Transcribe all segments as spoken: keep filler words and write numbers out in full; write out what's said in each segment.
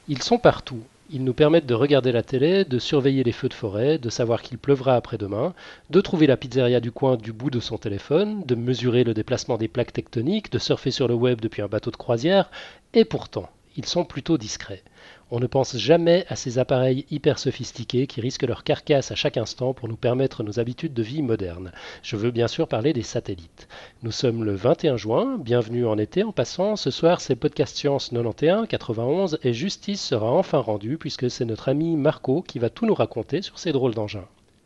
Ils sont partout. Ils nous permettent de regarder la télé, de surveiller les feux de forêt, de savoir qu'il pleuvra après-demain, de trouver la pizzeria du coin du bout de son téléphone, de mesurer le déplacement des plaques tectoniques, de surfer sur le web depuis un bateau de croisière, et pourtant, ils sont plutôt discrets. On ne pense jamais à ces appareils hyper sophistiqués qui risquent leur carcasse à chaque instant pour nous permettre nos habitudes de vie modernes. Je veux bien sûr parler des satellites. Nous sommes le vingt et un juin, bienvenue en été en passant. Ce soir, c'est Podcast Science quatre-vingt-onze quatre-vingt-onze et justice sera enfin rendue puisque c'est notre ami Marco qui va tout nous raconter sur ces drôles d'engins.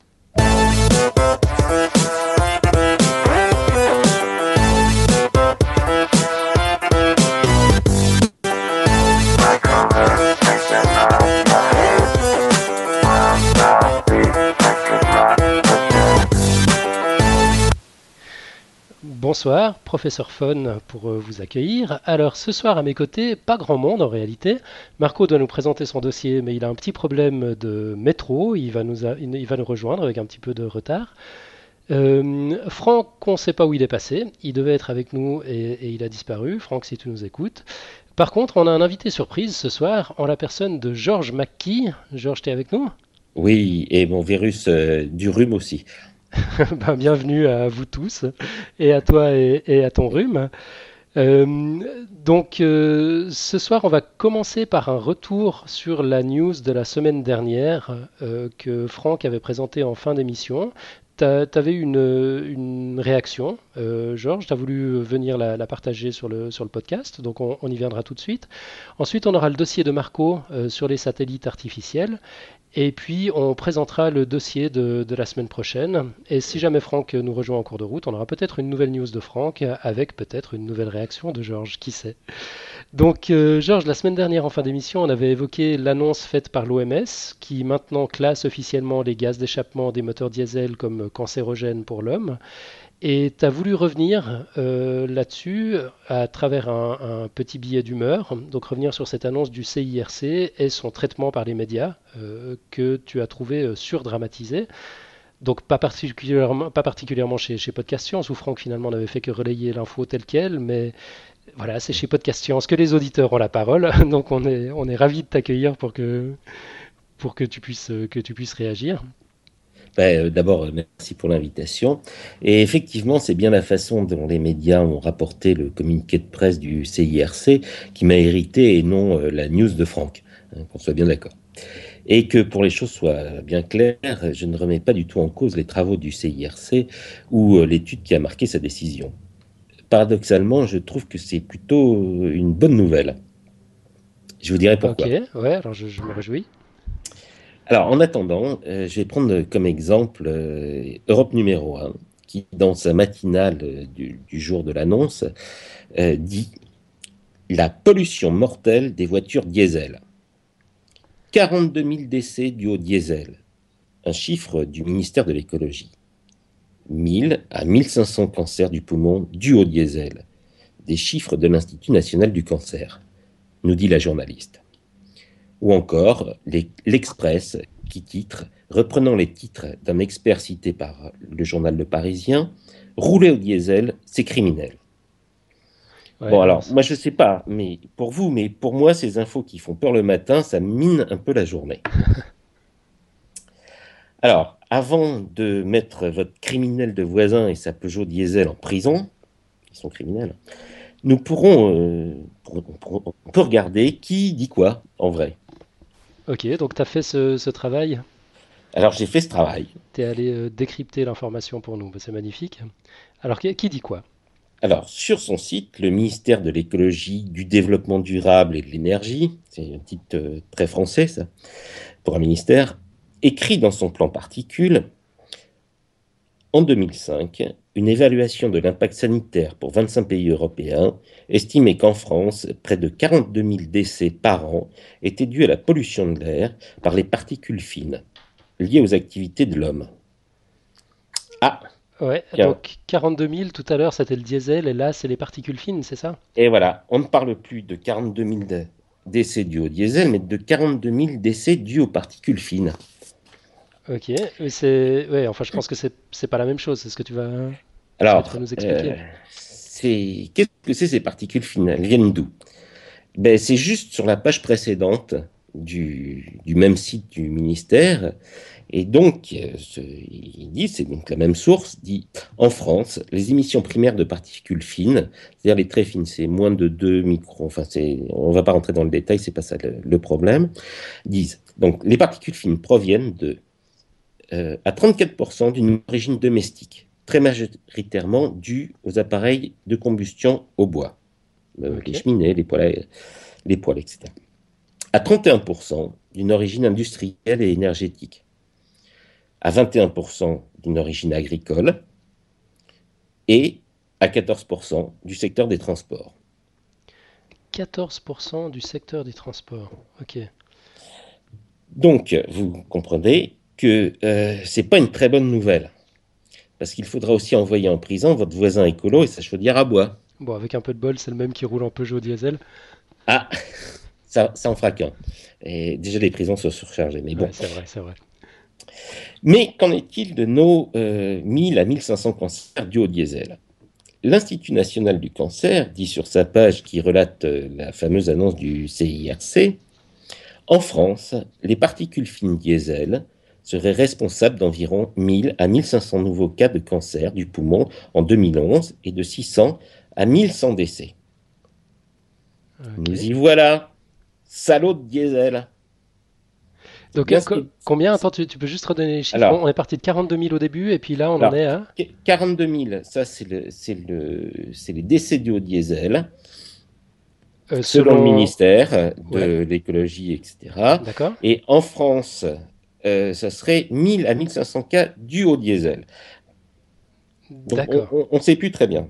Bonsoir, professeur Fon pour euh, vous accueillir. Alors ce soir à mes côtés, pas grand monde en réalité. Marco doit nous présenter son dossier, mais il a un petit problème de métro. Il va nous, a- il va nous rejoindre avec un petit peu de retard. Euh, Franck, on ne sait pas où il est passé. Il devait être avec nous et, et il a disparu. Franck, si tu nous écoutes. Par contre, on a un invité surprise ce soir en la personne de George McKee. George, t'es avec nous? Oui, et mon virus euh, du rhume aussi. Ben, bienvenue à vous tous et à toi et, et à ton rhume. Euh, donc euh, ce soir, on va commencer par un retour sur la news de la semaine dernière euh, que Franck avait présentée en fin d'émission. Tu avais une, une réaction, euh, Georges, tu as voulu venir la, la partager sur le, sur le podcast, donc on, on y viendra tout de suite. Ensuite, on aura le dossier de Marco euh, sur les satellites artificiels. Et puis, on présentera le dossier de, de la semaine prochaine. Et si jamais Franck nous rejoint en cours de route, on aura peut-être une nouvelle news de Franck avec peut-être une nouvelle réaction de Georges, qui sait. Donc, euh, Georges, la semaine dernière, en fin d'émission, on avait évoqué l'annonce faite par l'O M S qui maintenant classe officiellement les gaz d'échappement des moteurs diesel comme cancérogènes pour l'homme. Et tu as voulu revenir euh, là-dessus à travers un, un petit billet d'humeur, donc revenir sur cette annonce du C I R C et son traitement par les médias euh, que tu as trouvé euh, surdramatisé. Donc pas particulièrement, pas particulièrement chez, chez Podcast Science, où Franck finalement n'avait fait que relayer l'info telle qu'elle, mais voilà, c'est chez Podcast Science que les auditeurs ont la parole, donc on est, on est ravis de t'accueillir pour que, pour que tu puisses, que tu puisses réagir. Ben, euh, d'abord, euh, merci pour l'invitation. Et effectivement, c'est bien la façon dont les médias ont rapporté le communiqué de presse du C I R C qui m'a irrité et non euh, la news de Franck, hein, qu'on soit bien d'accord. Et que pour les choses soient bien claires, je ne remets pas du tout en cause les travaux du C I R C ou euh, l'étude qui a marqué sa décision. Paradoxalement, je trouve que c'est plutôt euh, une bonne nouvelle. Je vous dirai Ok, pourquoi. ouais, alors je, je me réjouis. Alors, en attendant, euh, je vais prendre comme exemple euh, Europe numéro un, qui, dans sa matinale euh, du, du jour de l'annonce, euh, dit la pollution mortelle des voitures diesel. quarante-deux mille décès dus au diesel, un chiffre du ministère de l'écologie. mille à mille cinq cents cancers du poumon dus au diesel, des chiffres de l'Institut national du cancer, nous dit la journaliste. Ou encore les- l'Express qui titre, reprenant les titres d'un expert cité par le journal Le Parisien, rouler au diesel, c'est criminel. Ouais, Bon alors alors, moi je sais pas, mais pour vous, mais pour moi, ces infos qui font peur le matin, ça mine un peu la journée. Alors, avant de mettre votre criminel de voisin et sa Peugeot diesel en prison, ils sont criminels, nous pourrons, euh, on, on- on peut regarder qui dit quoi en vrai. ok, donc tu as fait ce, ce travail, Alors j'ai fait ce travail. tu es allé euh, décrypter l'information pour nous, bah, c'est magnifique. Alors qui, qui dit quoi? Alors, sur son site, le ministère de l'écologie, du développement durable et de l'énergie, c'est un titre euh, très français, ça, pour un ministère, écrit dans son plan particule, en deux mille cinq, une évaluation de l'impact sanitaire pour vingt-cinq pays européens estimait qu'en France, près de quarante-deux mille décès par an étaient dus à la pollution de l'air par les particules fines liées aux activités de l'homme. Ah, Ouais, tiens, donc quarante-deux mille tout à l'heure c'était le diesel et là c'est les particules fines, c'est ça? et voilà, on ne parle plus de quarante-deux mille dé- décès dus au diesel, mais de quarante-deux mille décès dus aux particules fines. Ok, mais c'est. Ouais, enfin je pense que c'est c'est pas la même chose, c'est ce que tu vas. Ce que tu vas Alors, nous expliquer. euh, c'est... qu'est-ce que c'est ces particules fines? Elles viennent d'où? Ben, c'est juste sur la page précédente du, du même site du ministère. Et donc, euh, ce- il dit, c'est donc la même source, dit, en France, les émissions primaires de particules fines, c'est-à-dire les très fines, c'est moins de deux microns, enfin, c'est, on ne va pas rentrer dans le détail, c'est pas ça le, le problème, disent, donc, les particules fines proviennent de, euh, à trente-quatre pour cent d'une origine domestique, très majoritairement due aux appareils de combustion au bois, euh, les Ok. cheminées, les poêles, les poêles, et cetera. À trente et un pour cent d'une origine industrielle et énergétique, à vingt et un pour cent d'une origine agricole et à quatorze pour cent du secteur des transports. quatorze pour cent du secteur des transports. Ok. Donc, vous comprenez que euh, ce n'est pas une très bonne nouvelle, parce qu'il faudra aussi envoyer en prison votre voisin écolo et sa chaudière à bois. Bon, avec un peu de bol, c'est le même qui roule en Peugeot diesel. Ah, ça, ça en fera qu'un. Et déjà, les prisons sont surchargées, mais Ouais, bon. c'est vrai, c'est vrai. Mais qu'en est-il de nos euh, mille à mille cinq cents cancers dus au diesel? L'Institut national du cancer dit sur sa page qui relate euh, la fameuse annonce du C I R C, en France, les particules fines diesel seraient responsables d'environ mille à mille cinq cents nouveaux cas de cancer du poumon en deux mille onze et de six cents à mille cent décès. Nous Ok. y voilà, salaud de diesel. C'est Donc, bien euh, ce co- qui... combien? Attends, tu, tu peux juste redonner les chiffres? On, on Alors, est parti de quarante-deux mille au début, et puis là, on en alors est à. quarante-deux mille, ça c'est le, c'est le, c'est les décès dus au diesel, Euh, selon le selon. ministère Ouais, de l'écologie, et cetera. d'accord. Et en France, euh, ça serait mille à mille cinq cents cas dus au diesel. Donc on D'accord. ne sait plus très bien.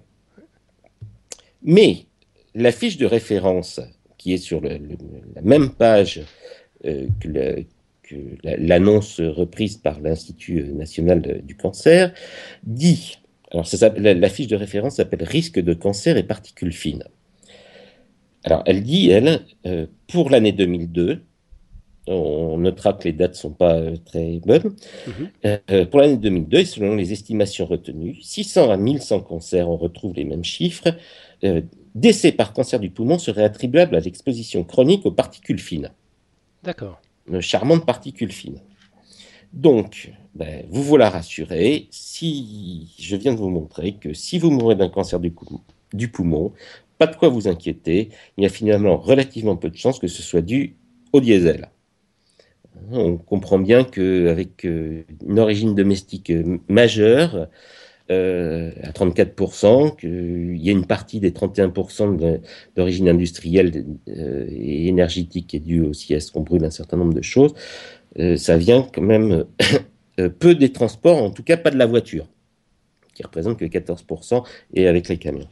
Mais la fiche de référence qui est sur le- le- la même page euh, que le- que la- l'annonce reprise par l'Institut national de- du cancer dit, alors ça s'appelle- la, la fiche de référence s'appelle risque de cancer et particules fines. Alors elle dit, elle, euh, pour l'année deux mille deux, on notera que les dates ne sont pas euh, très bonnes. Mhm. Euh, pour l'année deux mille deux, et selon les estimations retenues, six cents à mille cent cancers, on retrouve les mêmes chiffres. Euh, Décès par cancer du poumon seraient attribuables à l'exposition chronique aux particules fines, D'accord. aux charmantes particules fines. Donc, ben, vous voilà rassuré, si je viens de vous montrer que si vous mourrez d'un cancer du, cou- du poumon, pas de quoi vous inquiéter, il y a finalement relativement peu de chances que ce soit dû au diesel. On comprend bien qu'avec euh, une origine domestique euh, majeure, euh, à trente-quatre pour cent, qu'il y a une partie des trente et un pour cent de- d'origine industrielle euh, et énergétique qui est due aussi à ce qu'on brûle un certain nombre de choses, euh, ça vient quand même euh, peu des transports, en tout cas pas de la voiture, qui représente que quatorze pour cent, et avec les camions.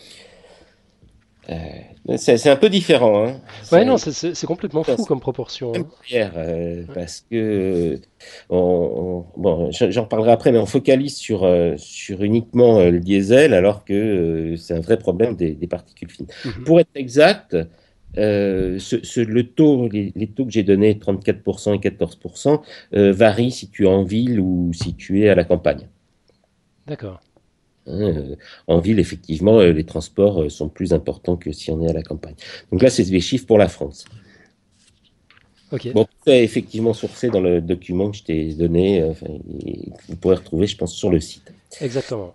Euh, c'est c'est un peu différent, hein. Ouais, non, C'est c'est c'est- c'est complètement dans fou comme proportion, hein. hier, euh, Ouais. parce que on- on- bon, j'en parlerai après, mais on focalise sur, euh, sur uniquement euh, le diesel, alors que euh, c'est un vrai problème des, des particules fines. Mhm. Pour être exact, euh, ce, ce- le taux, les, les taux que j'ai donnés, trente-quatre pour cent et quatorze pour cent, euh, varient si tu es en ville ou si tu es à la campagne. D'accord. Hein, euh, en ville, effectivement, euh, les transports euh, sont plus importants que si on est à la campagne. Donc là, c'est des chiffres pour la France. Ok. Bon, tout est effectivement sourcé dans le document que je t'ai donné, euh, enfin, et que vous pourrez retrouver, je pense, sur le site. Exactement.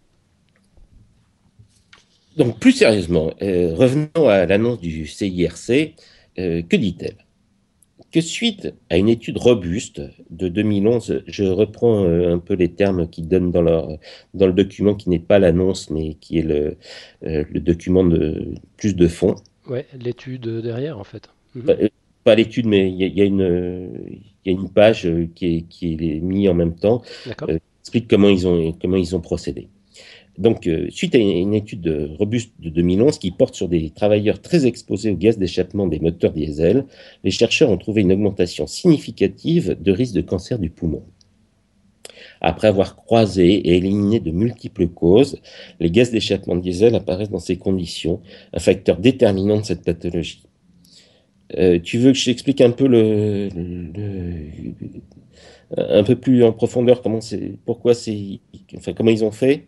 Donc, plus sérieusement, euh, revenons à l'annonce du C I R C. Euh, que dit-elle? Que suite à une étude robuste de deux mille onze, je reprends euh, un peu les termes qu'ils donnent dans, leur, dans le document qui n'est pas l'annonce, mais qui est le, euh, le document de plus de fond. Ouais, l'étude derrière, en fait. Pas, Mhm. euh, pas l'étude, mais il y, a- il y a une, euh, il y a une page euh, qui est, qui est mise en même temps, D'accord. euh, qui explique comment ils ont, comment ils ont procédé. Donc, euh, suite à une, une étude de- robuste de deux mille onze qui porte sur des travailleurs très exposés aux gaz d'échappement des moteurs diesel, les chercheurs ont trouvé une augmentation significative de risque de cancer du poumon. Après avoir croisé et éliminé de multiples causes, les gaz d'échappement diesel apparaissent dans ces conditions, un facteur déterminant de cette pathologie. Euh, tu veux que je t'explique un peu le, le- un peu plus en profondeur comment c'est, pourquoi c'est, enfin comment ils ont fait?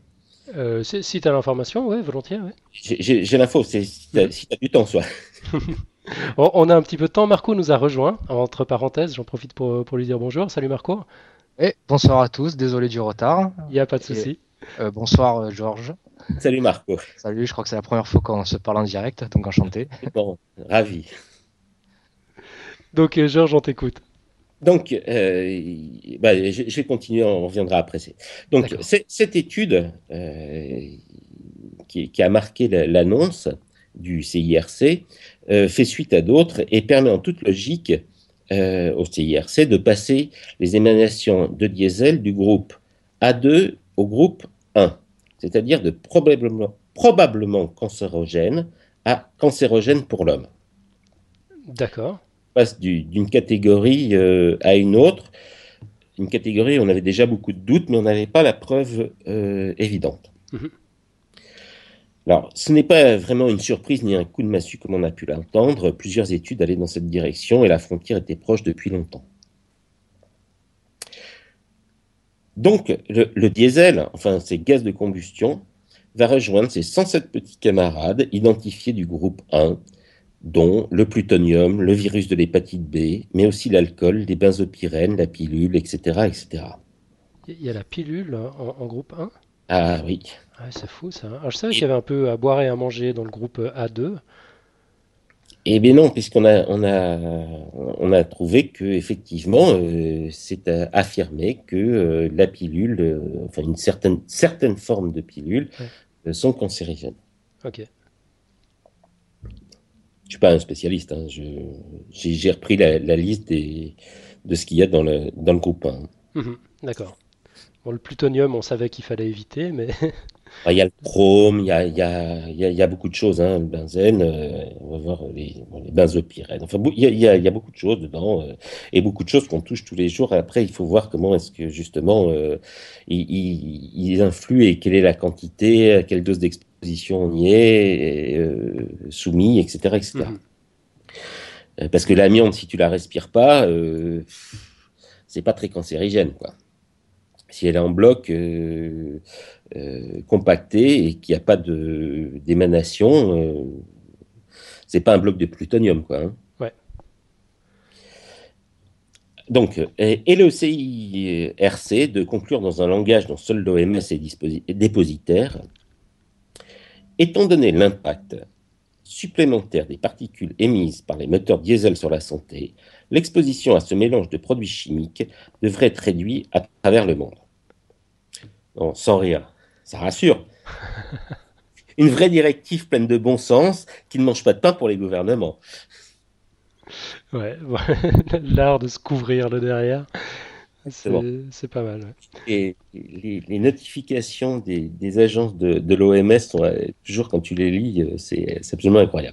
Euh, si si tu as l'information, ouais, volontiers. Ouais. J'ai j'ai- j'ai l'info, c'est si tu Mhm. as, du temps, soit. On, on a un petit peu de temps. Marco nous a rejoint. Entre parenthèses, j'en profite pour, pour lui dire bonjour. Salut Marco. Et bonsoir à tous, désolé du retard. Il n'y a pas de Et souci. euh, bonsoir euh, Georges. Salut Marco. Salut, je crois que c'est la première fois qu'on se parle en direct, donc enchanté. Bon, ravi. Donc, euh, Georges, on t'écoute. Donc, euh, bah, je, je vais continuer, on reviendra après. Donc, D'accord. c'est- cette étude euh, qui, qui a marqué la- l'annonce du C I R C euh, fait suite à d'autres et permet en toute logique euh, au C I R C de passer les émanations de diesel du groupe A deux au groupe un, c'est-à-dire de probablement, probablement cancérogène à cancérogène pour l'homme. D'accord. Passe du- d'une catégorie euh, à une autre, une catégorie où on avait déjà beaucoup de doutes, mais on n'avait pas la preuve euh, évidente. Mhm. Alors, ce n'est pas vraiment une surprise ni un coup de massue comme on a pu l'entendre. Plusieurs études allaient dans cette direction et la frontière était proche depuis longtemps. Donc, le, le diesel, enfin ces gaz de combustion, va rejoindre ses cent sept petits camarades identifiés du groupe un, dont le plutonium, le virus de l'hépatite B, mais aussi l'alcool, les benzopyrènes, la pilule, et cetera, et cetera. Il y a la pilule hein, en, en groupe un. Ah oui. Ah, c'est fou ça. Alors, je savais qu'il Et, y avait un peu à boire et à manger dans le groupe A deux. eh bien non, puisqu'on a, on a, on a trouvé que effectivement, euh, c'est à- affirmé que euh, la pilule, euh, enfin une certaine, certaine forme de pilule, Ouais. euh, sont cancérigènes. Ok. Je suis pas un spécialiste, hein, je, j'ai, j'ai repris la, la liste des, de ce qu'il y a dans le, dans le groupe un. Mhm. D'accord. Bon, le plutonium, on savait qu'il fallait éviter, mais Ah, il y a le chrome, il y a, il y a, il y a, il y a beaucoup de choses, hein, le benzène, euh, on va voir les, bon, les benzopyrènes. Enfin, bou- il y a, il y a, il y a beaucoup de choses dedans euh, et beaucoup de choses qu'on touche tous les jours. Après, il faut voir comment est-ce que justement euh, ils, ils- ils influent et quelle est la quantité, à quelle dose d'exposition on y est, et, euh, soumis, et cetera, et cetera. Mhm. Euh, Parce que l'amiante, si tu la respires pas, euh, c'est pas très cancérigène, quoi. Si elle est en bloc euh, euh, compacté et qu'il n'y a pas de d'émanation, euh, c'est pas un bloc de plutonium, quoi. Hein. Ouais. Donc, et, et le C I R C de conclure dans un langage dont seul l'O M S est, disposi- est dépositaire, étant donné l'impact supplémentaire des particules émises par les moteurs diesel sur la santé, l'exposition à ce mélange de produits chimiques devrait être réduite à travers le monde. Non, sans rire, ça rassure. Une vraie directive pleine de bon sens qui ne mange pas de pain pour les gouvernements. Ouais. L'art de se couvrir le derrière, Exactement. c'est c'est pas mal. Ouais. Et les, les notifications des, des agences de, de l'O M S sont euh, toujours quand tu les lis, euh, c'est c'est absolument incroyable.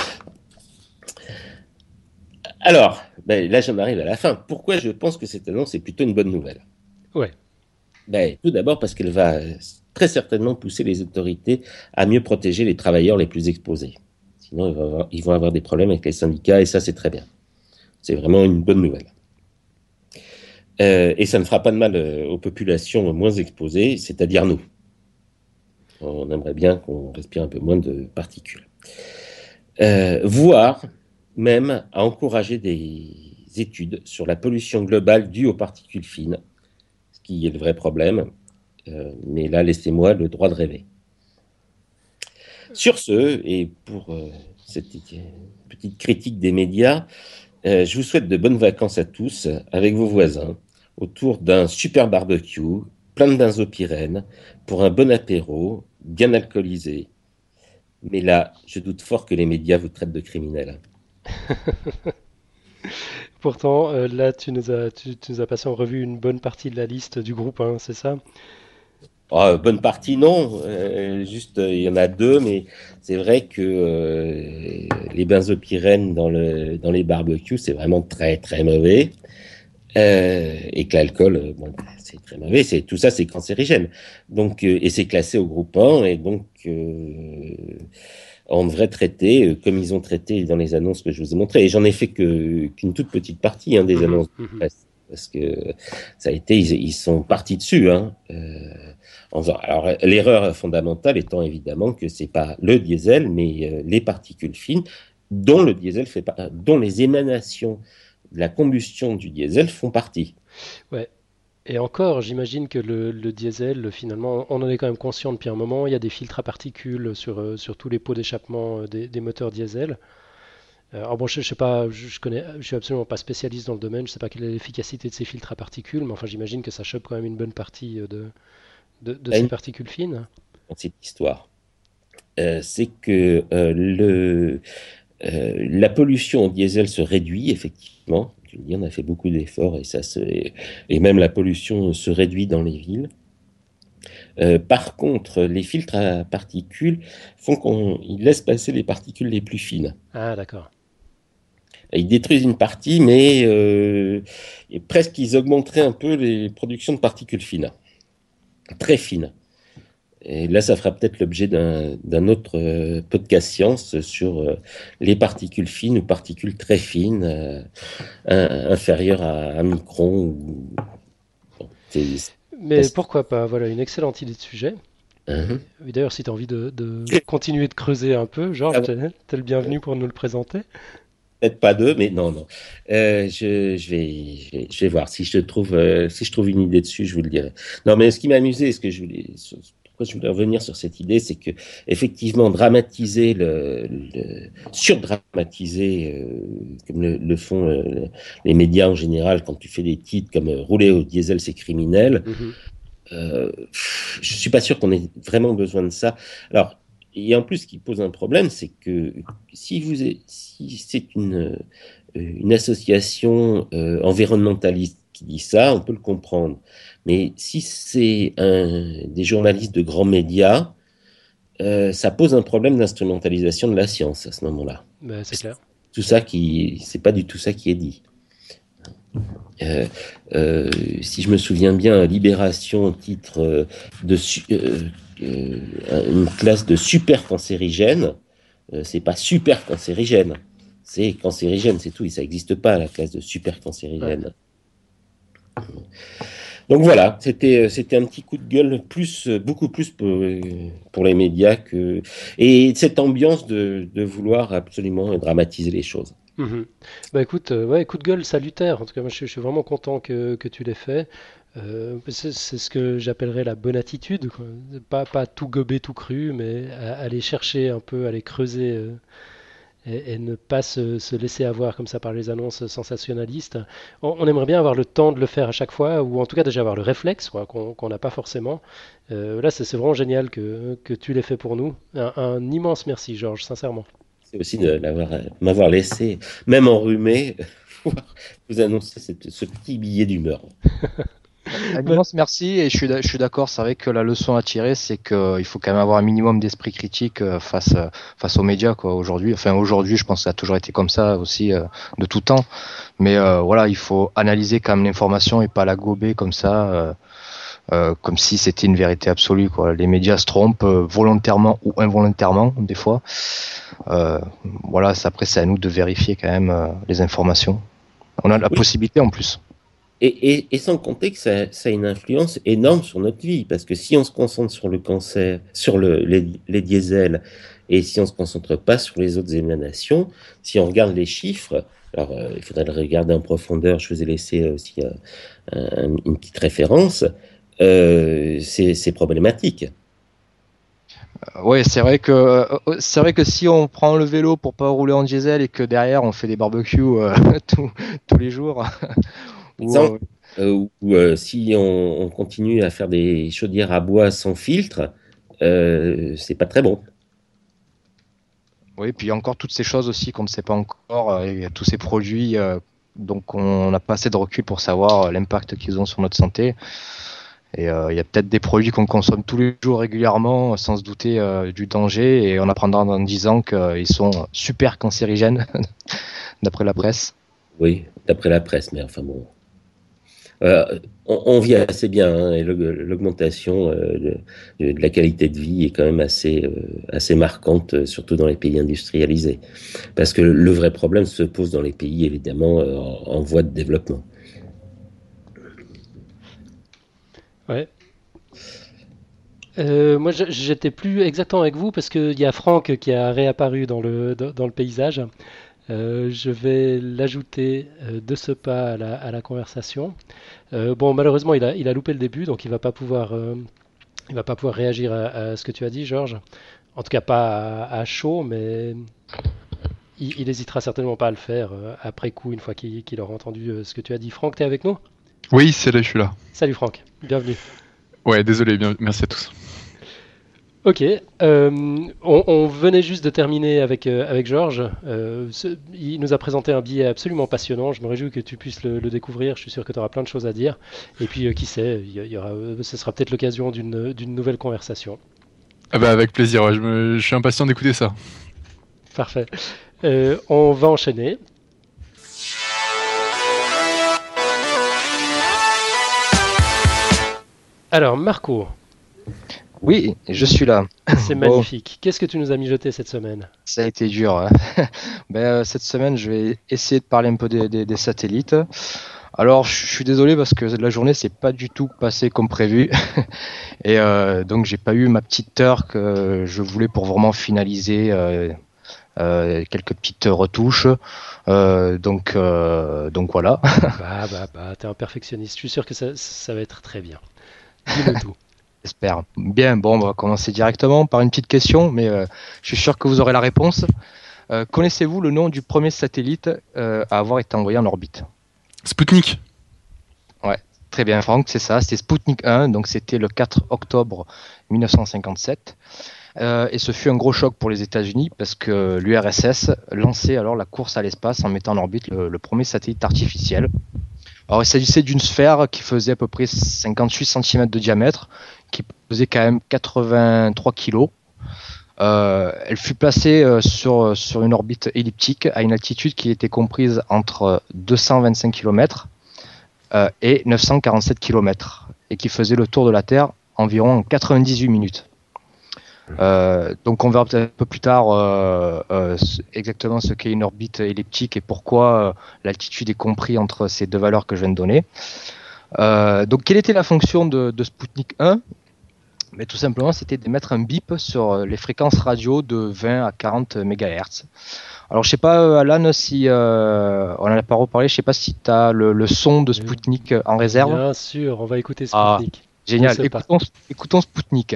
Alors, ben, là j'en arrive à la fin. Pourquoi je pense que cette annonce est plutôt une bonne nouvelle? Ouais. Ben, tout d'abord parce qu'elle va euh, très certainement pousser les autorités à mieux protéger les travailleurs les plus exposés. Sinon, ils vont avoir, ils vont avoir des problèmes avec les syndicats et ça, c'est très bien. C'est vraiment une bonne nouvelle. Euh, et ça ne fera pas de mal euh, aux populations moins exposées, c'est-à-dire nous. On aimerait bien qu'on respire un peu moins de particules. Euh, voire même à encourager des études sur la pollution globale due aux particules fines, ce qui est le vrai problème. Euh, mais là, laissez-moi le droit de rêver. Sur ce, et pour euh, cette petite critique des médias, euh, je vous souhaite de bonnes vacances à tous avec vos voisins autour d'un super barbecue, plein de benzopyrène, pour un bon apéro, bien alcoolisé. Mais là, je doute fort que les médias vous traitent de criminels. Pourtant, euh, là, tu nous as, tu, tu nous as passé en revue une bonne partie de la liste du groupe, hein, c'est ça? Oh, bonne partie, non. Euh, juste, euh, il y en a deux, mais c'est vrai que euh, les benzopyrènes dans, le, dans les barbecues, c'est vraiment très, très mauvais. Euh, et que l'alcool, euh, bon, bah, c'est très mauvais. C'est, tout ça, c'est cancérigène. Donc, euh, et c'est classé au groupe un. Et donc, euh, on devrait traiter euh, comme ils ont traité dans les annonces que je vous ai montrées. Et j'en ai fait que, qu'une toute petite partie hein, des Mhm, annonces de mhm. presse. parce que ça a été, ils, ils sont partis dessus. Hein, euh, en faisant, alors, l'erreur fondamentale étant évidemment que c'est pas le diesel, mais euh, les particules fines, dont le diesel fait, dont les émanations de la combustion du diesel font partie. Ouais. Et encore, j'imagine que le, le diesel, finalement, on en est quand même conscient depuis un moment. Il y a des filtres à particules sur, euh, sur tous les pots d'échappement euh, des, des moteurs diesel. Euh, alors bon, je, je sais pas, je, je connais, je suis absolument pas spécialiste dans le domaine. Je sais pas quelle est l'efficacité de ces filtres à particules, mais enfin, j'imagine que ça chope quand même une bonne partie euh, de, de, de Là, ces une particules fines. dans cette histoire, euh, c'est que euh, le, euh, la pollution au diesel se réduit effectivement. Je veux dire, on a fait beaucoup d'efforts et ça se, et même la pollution se réduit dans les villes. Euh, par contre, les filtres à particules font qu'ils laissent passer les particules les plus fines. Ah, d'accord. Ils détruisent une partie, mais euh, et presque ils augmenteraient un peu les productions de particules fines, très fines. Et là, ça fera peut-être l'objet d'un d'un autre euh, podcast science sur euh, les particules fines ou particules très fines, euh, un- inférieures à un micron. Ou... bon, c'est- Mais c'est- pourquoi pas? Voilà, une excellente idée de sujet. hein. Et d'ailleurs, si tu as envie de, de continuer de creuser un peu, Georges, Ah bon, t'es t'es le euh, bienvenu pour nous le présenter. peut-être pas deux, mais non, non. Euh, je, je vais, je vais, je vais voir si je trouve, euh, si je trouve une idée dessus, je vous le dirai. Non, mais ce qui m'amusait, ce que je voulais, sur- pourquoi je voulais revenir sur cette idée, c'est que effectivement, dramatiser le, le surdramatiser, euh, comme le, le font euh, les médias en général, quand tu fais des titres comme euh, rouler au diesel, c'est criminel. Mhm. Euh, pff, je suis pas sûr qu'on ait vraiment besoin de ça. Alors, et en plus, ce qui pose un problème, c'est que si vous êtes- si c'est une, euh, une association euh, environnementaliste qui dit ça, on peut le comprendre. Mais si c'est un, des journalistes de grands médias, euh, ça pose un problème d'instrumentalisation de la science à ce moment-là. Ben, c'est clair. Tout ça qui, c'est pas du tout ça qui est dit. Euh, euh, si je me souviens bien, Libération titre euh, de su- euh, euh, une classe de super cancérigène. Euh, c'est pas super cancérigène, c'est cancérigène, c'est tout. Et ça n'existe pas la classe de super Ouais. cancérigène. Donc voilà, c'était c'était un petit coup de gueule plus beaucoup plus pour, pour les médias que et cette ambiance de, de vouloir absolument dramatiser les choses. Mhm. Bah écoute, euh, ouais, coup de gueule salutaire. En tout cas, moi, je, suis je suis vraiment content que, que tu l'aies fait. Euh, c'est c'est ce que j'appellerais la bonne attitude, quoi. Pas, pas tout gober tout cru, mais à- aller chercher un peu, aller creuser euh, et, et ne pas se, se laisser avoir comme ça par les annonces sensationnalistes. On, on aimerait bien avoir le temps de le faire à chaque fois, ou en tout cas déjà avoir le réflexe, quoi, qu'on qu'on n'a pas forcément. Euh, là, c'est c'est vraiment génial que, que tu l'aies fait pour nous. Un, un immense merci, Georges, sincèrement. C'est aussi de l'avoir m'avoir laissé, même enrhumé, pouvoir vous annoncer cette- ce petit billet d'humeur. Un Bah, immense merci et je suis, d'a- je suis d'accord, c'est vrai que la leçon à tirer, c'est qu'il faut quand même avoir un minimum d'esprit critique euh, face, euh, face aux médias quoi, aujourd'hui. Enfin aujourd'hui, je pense que ça a toujours été comme ça aussi euh, de tout temps. Mais euh, voilà, il faut analyser quand même l'information et pas la gober comme ça, euh, euh, comme si c'était une vérité absolue quoi. Les médias se trompent euh, volontairement ou involontairement des fois. Euh, voilà, c'est- après c'est à nous de vérifier quand même euh, les informations. On a la Oui, possibilité en plus. et, et, et sans compter que ça, ça a une influence énorme sur notre vie, parce que si on se concentre sur le cancer, sur le, les, les diesels, et si on se concentre pas sur les autres émanations, si on regarde les chiffres, alors euh, il faudrait le regarder en profondeur, je vous ai laissé euh, aussi euh, un- une petite référence, euh, c'est c'est problématique. Ouais, c'est vrai que euh, c'est vrai que si on prend le vélo pour pas rouler en diesel et que derrière on fait des barbecues euh, tous, tous les jours, ou Exemple, euh, euh, où euh, si on, on continue à faire des chaudières à bois sans filtre, euh, c'est pas très bon. oui, puis il y a encore toutes ces choses aussi qu'on ne sait pas encore, euh, il y a tous ces produits, euh, donc on n'a pas assez de recul pour savoir euh, l'impact qu'ils ont sur notre santé. Et euh, il y a peut-être des produits qu'on consomme tous les jours régulièrement sans se douter euh, du danger et on apprendra dans dix ans qu'ils sont super cancérigènes d'après la presse. Oui, d'après la presse, mais enfin bon. Euh, on, on vit assez bien, hein, et l'aug- l'augmentation euh, de, de la qualité de vie est quand même assez, euh, assez marquante, euh, surtout dans les pays industrialisés. Parce que le vrai problème se pose dans les pays, évidemment, euh, en, en voie de développement. Ouais. Euh, moi, je- j'étais plus exactement avec vous parce qu'il y a Franck qui a réapparu dans le, dans, dans le paysage. Euh, je vais l'ajouter euh, de ce pas à la, à la conversation. Euh, bon, malheureusement, il a, il a loupé le début, donc il va pas pouvoir, euh, il va pas pouvoir réagir à, à ce que tu as dit, Georges. En tout cas, pas à, à chaud, mais il, il hésitera certainement pas à le faire euh, après coup, une fois qu'il qu'il aura entendu euh, ce que tu as dit. Franck, t'es avec nous? Oui, c'est là, je suis là. Salut Franck, bienvenue. Ouais, désolé, bien, merci à tous. Ok, euh, on, on venait juste de terminer avec, euh, avec Georges. Euh, ce- il nous a présenté un billet absolument passionnant. Je me réjouis que tu puisses le, le découvrir. Je suis sûr que tu auras plein de choses à dire. Et puis, euh, qui sait, il y, il y aura, euh, ce sera peut-être l'occasion d'une d'une nouvelle conversation. Ah bah avec plaisir, ouais, je, me- je suis impatient d'écouter ça. Parfait. Euh, on va enchaîner. Alors, Marco, Oui, je suis là. c'est Bon, magnifique. Qu'est-ce que tu nous as mijoté cette semaine? ça a été dur, hein. Ben, euh, cette semaine, je vais essayer de parler un peu des, des- des satellites. Alors, je suis désolé parce que la journée s'est pas du tout passée comme prévu. Et euh, donc, j'ai pas eu ma petite heure que je voulais pour vraiment finaliser euh, euh, quelques petites retouches. Euh, donc, euh, donc voilà. Bah, bah, bah, t'es un perfectionniste. Je suis sûr que ça, ça va être très bien. Dis-nous tout. J'espère. Bien, bon, on va commencer directement par une petite question, mais euh, je suis sûr que vous aurez la réponse. Euh, connaissez-vous le nom du premier satellite euh, à avoir été envoyé en orbite? Spoutnik. Ouais, très bien, Franck, c'est ça. C'était Sputnik un, donc c'était le quatre octobre mille neuf cent cinquante-sept. Euh, et ce fut un gros choc pour les États-Unis parce que l'U R S S lançait alors la course à l'espace en mettant en orbite le, le premier satellite artificiel. Alors, il s'agissait d'une sphère qui faisait à peu près cinquante-huit centimètres de diamètre, qui pesait quand même quatre-vingt-trois kilos. Euh, elle fut placée euh, sur, sur une orbite elliptique à une altitude qui était comprise entre deux cent vingt-cinq kilomètres euh, et neuf cent quarante-sept kilomètres et qui faisait le tour de la Terre environ en quatre-vingt-dix-huit minutes. Euh, donc on verra peut-être un peu plus tard euh, euh, exactement ce qu'est une orbite elliptique et pourquoi euh, l'altitude est comprise entre ces deux valeurs que je viens de donner. Euh, donc quelle était la fonction de, de Sputnik un? Mais tout simplement, c'était d'émettre un bip sur les fréquences radio de vingt à quarante mégahertz. Alors, je sais pas, Alan, si euh, on en a pas reparlé, je sais pas si tu as le, le son de Sputnik en réserve. Bien sûr, on va écouter Ah, Spoutnik. génial. De ce pas. Écoutons, écoutons Sputnik.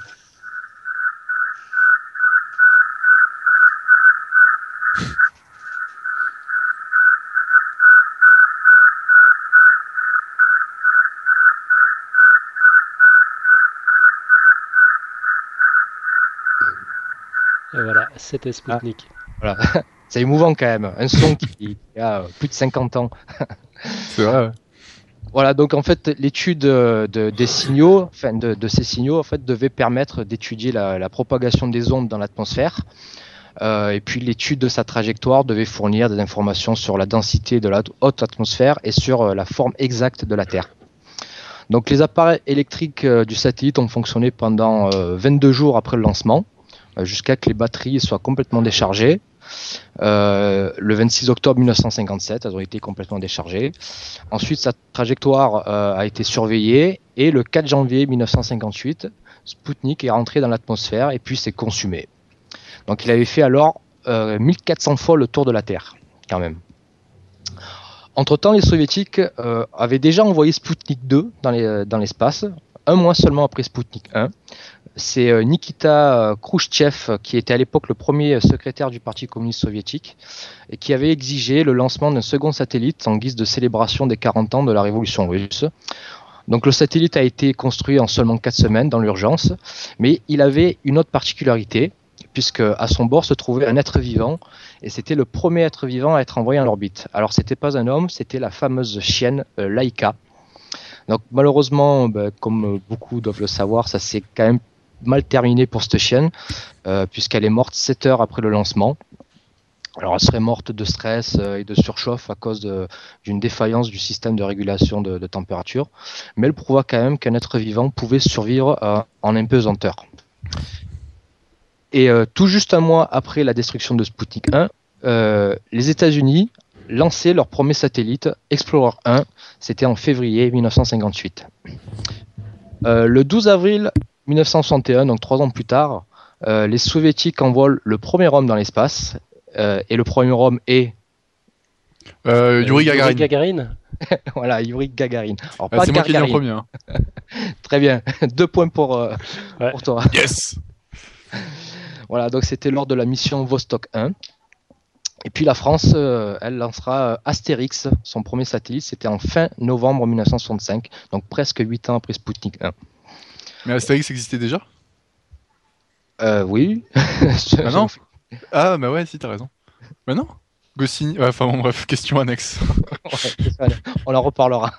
Et voilà, c'était Spoutnik. Voilà. C'est émouvant quand même. Un son qui a plus de cinquante ans. C'est vrai, ouais. Voilà, donc en fait, l'étude de, de- des signaux, enfin de, de ces signaux, en fait, devait permettre d'étudier la, la propagation des ondes dans l'atmosphère. Euh, et puis l'étude de sa trajectoire devait fournir des informations sur la densité de la haute atmosphère et sur euh, la forme exacte de la Terre. Donc les appareils électriques euh, du satellite ont fonctionné pendant euh, vingt-deux jours après le lancement, euh, jusqu'à que les batteries soient complètement déchargées. Euh, le vingt-six octobre mille neuf cent cinquante-sept, elles ont été complètement déchargées. Ensuite, sa trajectoire euh, a été surveillée et le quatre janvier mille neuf cent cinquante-huit, Sputnik est rentré dans l'atmosphère et puis s'est consumé. Donc il avait fait alors euh, mille quatre cents fois le tour de la Terre, quand même. Entre-temps, les soviétiques euh, avaient déjà envoyé Sputnik deux dans, les, dans l'espace, un mois seulement après Sputnik un. C'est euh, Nikita Khrouchtchev, qui était à l'époque le premier secrétaire du Parti communiste soviétique, et qui avait exigé le lancement d'un second satellite en guise de célébration des quarante ans de la révolution russe. Donc le satellite a été construit en seulement quatre semaines dans l'urgence, mais il avait une autre particularité, puisque à son bord se trouvait un être vivant, et c'était le premier être vivant à être envoyé en orbite. Alors c'était pas un homme, c'était la fameuse chienne euh, Laika. Donc malheureusement, ben, comme beaucoup doivent le savoir, ça s'est quand même mal terminé pour cette chienne, euh, puisqu'elle est morte sept heures après le lancement. Alors elle serait morte de stress euh, et de surchauffe à cause de, d'une défaillance du système de régulation de, de température, mais elle prouva quand même qu'un être vivant pouvait survivre euh, en apesanteur. Et euh, tout juste un mois après la destruction de Sputnik un, euh, les États-Unis lançaient leur premier satellite, Explorer un, c'était en février mille neuf cent cinquante-huit. Euh, le douze avril mille neuf cent soixante et un, donc trois ans plus tard, euh, les Soviétiques envolent le premier homme dans l'espace. Euh, et le premier homme est Euh, Yuri Euh, Gagarin. Gagarine. voilà, Yuri Gagarin. Alors, Ah, pas c'est moi qui l'ai en Gargarine. premier. Hein. Très bien, deux points pour, euh, Ouais. pour toi. Yes. Voilà, donc c'était lors de la mission Vostok un. Et puis la France, euh, elle lancera euh, Astérix, son premier satellite, c'était en fin novembre mille neuf cent soixante-cinq, donc presque huit ans après Sputnik un. Mais Astérix existait déjà? Euh, oui. Ah non. Ah bah ouais, si t'as raison. Bah non. Goscinny. Ouais, enfin bon, bref, question annexe. Ouais, on en reparlera.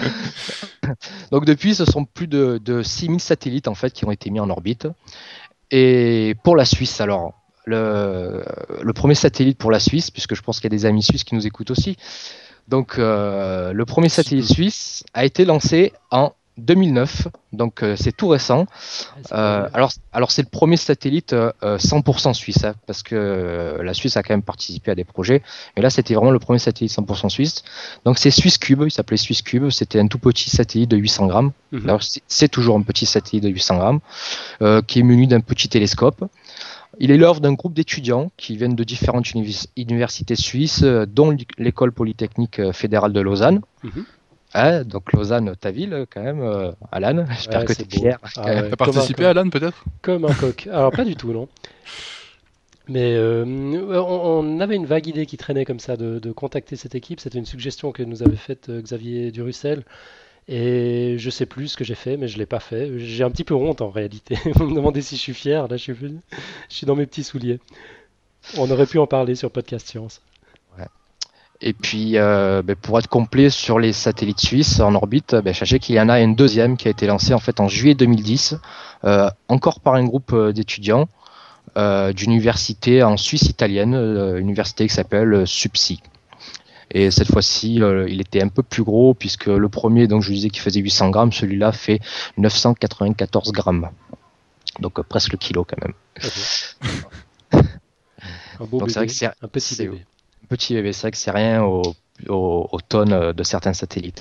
Donc depuis, ce sont plus de, de six mille satellites en fait qui ont été mis en orbite. Et pour la Suisse, alors, le, le premier satellite pour la Suisse, puisque je pense qu'il y a des amis suisses qui nous écoutent aussi. Donc, euh, le premier satellite suisse a été lancé en deux mille neuf, donc euh, c'est tout récent. Euh, alors, alors c'est le premier satellite euh, cent pour cent suisse, hein, parce que euh, la Suisse a quand même participé à des projets, mais là c'était vraiment le premier satellite cent pour cent suisse. Donc c'est SwissCube, il s'appelait SwissCube, c'était un tout petit satellite de huit cents grammes. Mhm. Alors, c'est, c'est toujours un petit satellite de huit cents grammes, euh, qui est muni d'un petit télescope. Il est l'œuvre d'un groupe d'étudiants qui viennent de différentes univers- universités suisses, euh, dont l'école polytechnique euh, fédérale de Lausanne. Mhm. Hein, donc Lausanne, ta ville quand même, euh, Alan. J'espère Ouais, que c'est tu es beau. fier. Ah quand ouais. même. T'as Comme un- participé, comme- Alan, peut-être? Comme un coq. Alors pas du tout, non. Mais euh, on, on avait une vague idée qui traînait comme ça de, de contacter cette équipe. C'était une suggestion que nous avait faite euh, Xavier Durussel. Et je sais plus ce que j'ai fait, mais je l'ai pas fait. J'ai un petit peu honte en réalité. Vous me demandez si je suis fier. Là, je suis, je suis dans mes petits souliers. On aurait pu en parler sur Podcast Science. Et puis, euh, ben, pour être complet sur les satellites suisses en orbite, ben, sachez qu'il y en a un deuxième qui a été lancé en fait en juillet deux mille dix, euh, encore par un groupe euh, d'étudiants euh, d'une université en Suisse italienne, euh, une université qui s'appelle euh, SUPSI. Et cette fois-ci, euh, il était un peu plus gros puisque le premier, donc je disais qu'il faisait huit cents grammes, celui-là fait neuf cent quatre-vingt-quatorze grammes. Donc euh, presque le kilo quand même. Ok. Un beau Donc c'est vrai bébé, que c'est un petit c'est- bébé. Petit bébé, c'est vrai que c'est rien au, au, aux tonnes de certains satellites.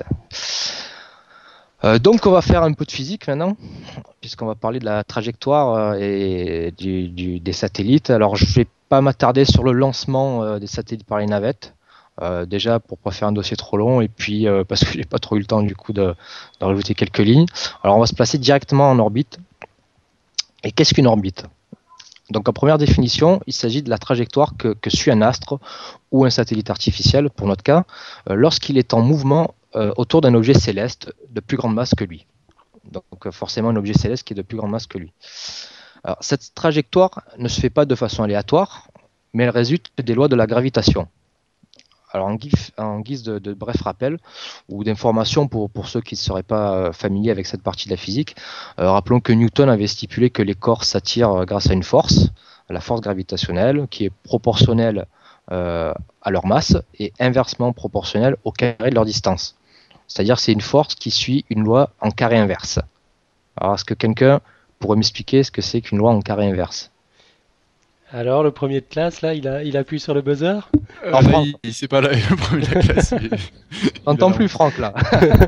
Euh, donc on va faire un peu de physique maintenant, puisqu'on va parler de la trajectoire euh, et du, du- des satellites. Alors je vais pas m'attarder sur le lancement euh, des satellites par les navettes. Euh, déjà pour pas faire un dossier trop long et puis euh, parce que j'ai pas trop eu le temps du coup de, de rajouter quelques lignes. Alors on va se placer directement en orbite. Et qu'est-ce qu'une orbite? Donc en première définition, il s'agit de la trajectoire que, que suit un astre ou un satellite artificiel, pour notre cas, euh, lorsqu'il est en mouvement euh, autour d'un objet céleste de plus grande masse que lui. Donc euh, forcément un objet céleste qui est de plus grande masse que lui. Alors, cette trajectoire ne se fait pas de façon aléatoire, mais elle résulte des lois de la gravitation. Alors en guise, en guise de, de bref rappel ou d'information pour, pour ceux qui ne seraient pas euh, familiers avec cette partie de la physique, euh, rappelons que Newton avait stipulé que les corps s'attirent euh, grâce à une force, la force gravitationnelle, qui est proportionnelle euh, à leur masse et inversement proportionnelle au carré de leur distance. C'est-à-dire c'est une force qui suit une loi en carré inverse. Alors est-ce que quelqu'un pourrait m'expliquer ce que c'est qu'une loi en carré inverse? Alors, le premier de classe, là, il, a, il appuie sur le buzzer. Euh, En là, France. il, il sait pas là, le premier de la classe. il- il T'entends est plus là. Franck là.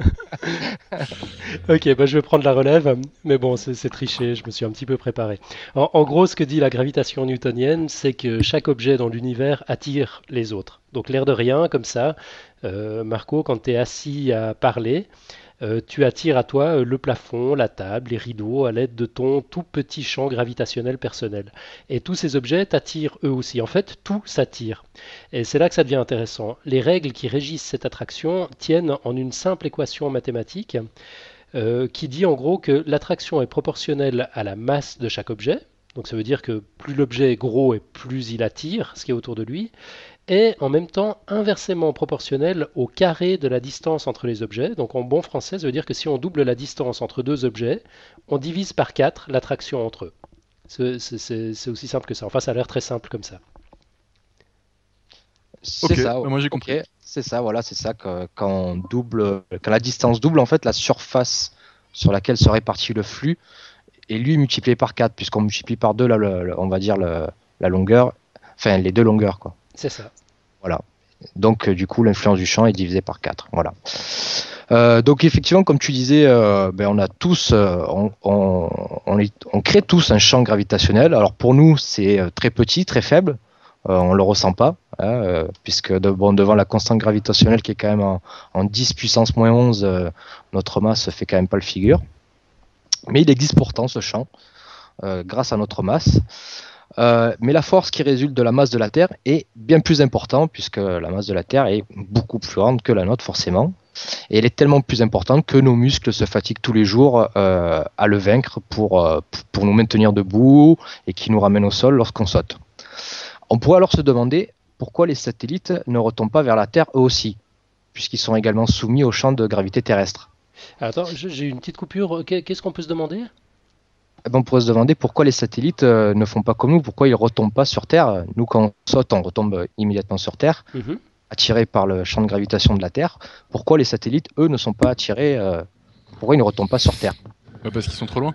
Ok, bah, je vais prendre la relève, mais bon, c'est c'est triché, je me suis un petit peu préparé. En, en gros, ce que dit la gravitation newtonienne, c'est que chaque objet dans l'univers attire les autres. Donc l'air de rien, comme ça, euh, Marco, quand tu es assis à parler, euh, tu attires à toi euh, le plafond, la table, les rideaux, à l'aide de ton tout petit champ gravitationnel personnel. Et tous ces objets t'attirent eux aussi. En fait, tout s'attire. Et c'est là que ça devient intéressant. Les règles qui régissent cette attraction tiennent en une simple équation mathématique euh, qui dit en gros que l'attraction est proportionnelle à la masse de chaque objet. Donc ça veut dire que plus l'objet est gros et plus il attire ce qui est autour de lui, et en même temps inversement proportionnelle au carré de la distance entre les objets. Donc en bon français, ça veut dire que si on double la distance entre deux objets, on divise par quatre l'attraction entre eux. C'est c'est- c'est- c'est aussi simple que ça. Enfin, ça a l'air très simple comme ça. C'est Ok, ça. bah, moi, j'ai compris. Ok, c'est ça, voilà, c'est ça que quand on double, quand la distance double, en fait, la surface sur laquelle se répartit le flux est lui multiplié par quatre, puisqu'on multiplie par deux, là, le- le- on va dire le- la longueur, enfin les deux longueurs, quoi. C'est ça. Voilà. Donc, euh, du coup, l'influence du champ est divisée par quatre. Voilà. Euh, donc, effectivement, comme tu disais, euh, ben, on a tous, euh, on, on, on, est, on crée tous un champ gravitationnel. Alors, pour nous, c'est très petit, très faible. Euh, on le ressent pas, hein, euh, puisque de, bon, devant la constante gravitationnelle qui est quand même en, en dix puissance moins onze, euh, notre masse fait quand même pas le figure. Mais il existe pourtant ce champ, euh, grâce à notre masse. Euh, mais la force qui résulte de la masse de la Terre est bien plus importante, puisque la masse de la Terre est beaucoup plus grande que la nôtre, forcément. Et elle est tellement plus importante que nos muscles se fatiguent tous les jours euh, à le vaincre pour, euh, pour nous maintenir debout et qui nous ramène au sol lorsqu'on saute. On pourrait alors se demander pourquoi les satellites ne retombent pas vers la Terre eux aussi, puisqu'ils sont également soumis au champ de gravité terrestre. Attends, j'ai une petite coupure. Qu'est-ce qu'on peut se demander? Eh ben, on pourrait se demander pourquoi les satellites euh, ne font pas comme nous, pourquoi ils ne retombent pas sur Terre. Nous, quand on saute, on retombe immédiatement sur Terre, mm-hmm. attirés par le champ de gravitation de la Terre. Pourquoi les satellites, eux, ne sont pas attirés, euh, pourquoi ils ne retombent pas sur Terre? Bah parce qu'ils sont trop loin.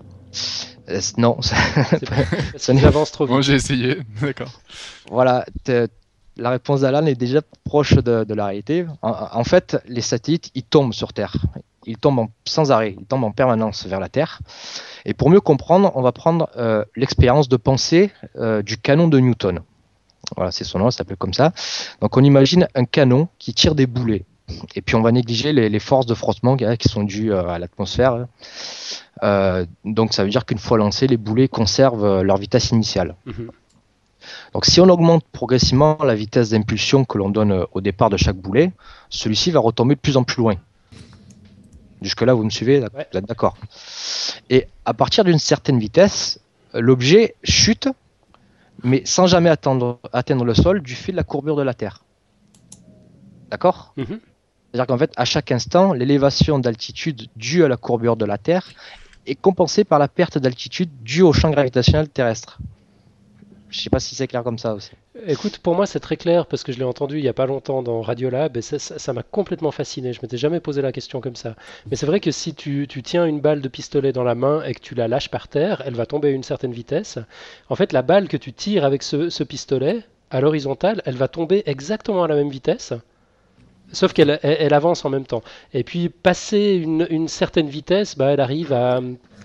euh, Non, ça, ça nous avance trop vite. Moi, j'ai essayé, d'accord. Voilà, la réponse d'Alan est déjà proche de, de la réalité. En, en fait, les satellites, ils tombent sur Terre. Ils tombent en, sans arrêt, ils tombent en permanence vers la Terre. Et pour mieux comprendre, on va prendre euh, l'expérience de pensée euh, du canon de Newton. Voilà, c'est son nom, ça s'appelle comme ça. Donc on imagine un canon qui tire des boulets. Et puis on va négliger les, les forces de frottement qui sont dues euh, à l'atmosphère. Euh, donc ça veut dire qu'une fois lancés, les boulets conservent leur vitesse initiale. Mm-hmm. Donc si on augmente progressivement la vitesse d'impulsion que l'on donne au départ de chaque boulet, celui-ci va retomber de plus en plus loin. Jusque-là, vous me suivez? Vous êtes d'accord? Et à partir d'une certaine vitesse, l'objet chute, mais sans jamais atteindre, atteindre le sol du fait de la courbure de la Terre. D'accord? Mm-hmm. C'est-à-dire qu'en fait, à chaque instant, l'élévation d'altitude due à la courbure de la Terre est compensée par la perte d'altitude due au champ gravitationnel terrestre. Je ne sais pas si c'est clair comme ça aussi. Écoute, pour moi c'est très clair parce que je l'ai entendu il n'y a pas longtemps dans Radiolab et ça, ça, ça m'a complètement fasciné. Je m'étais jamais posé la question comme ça. Mais c'est vrai que si tu, tu tiens une balle de pistolet dans la main et que tu la lâches par terre, elle va tomber à une certaine vitesse. En fait, la balle que tu tires avec ce, ce pistolet à l'horizontale, elle va tomber exactement à la même vitesse. Sauf qu'elle elle, elle avance en même temps. Et puis, passer une, une certaine vitesse, bah, elle arrive à,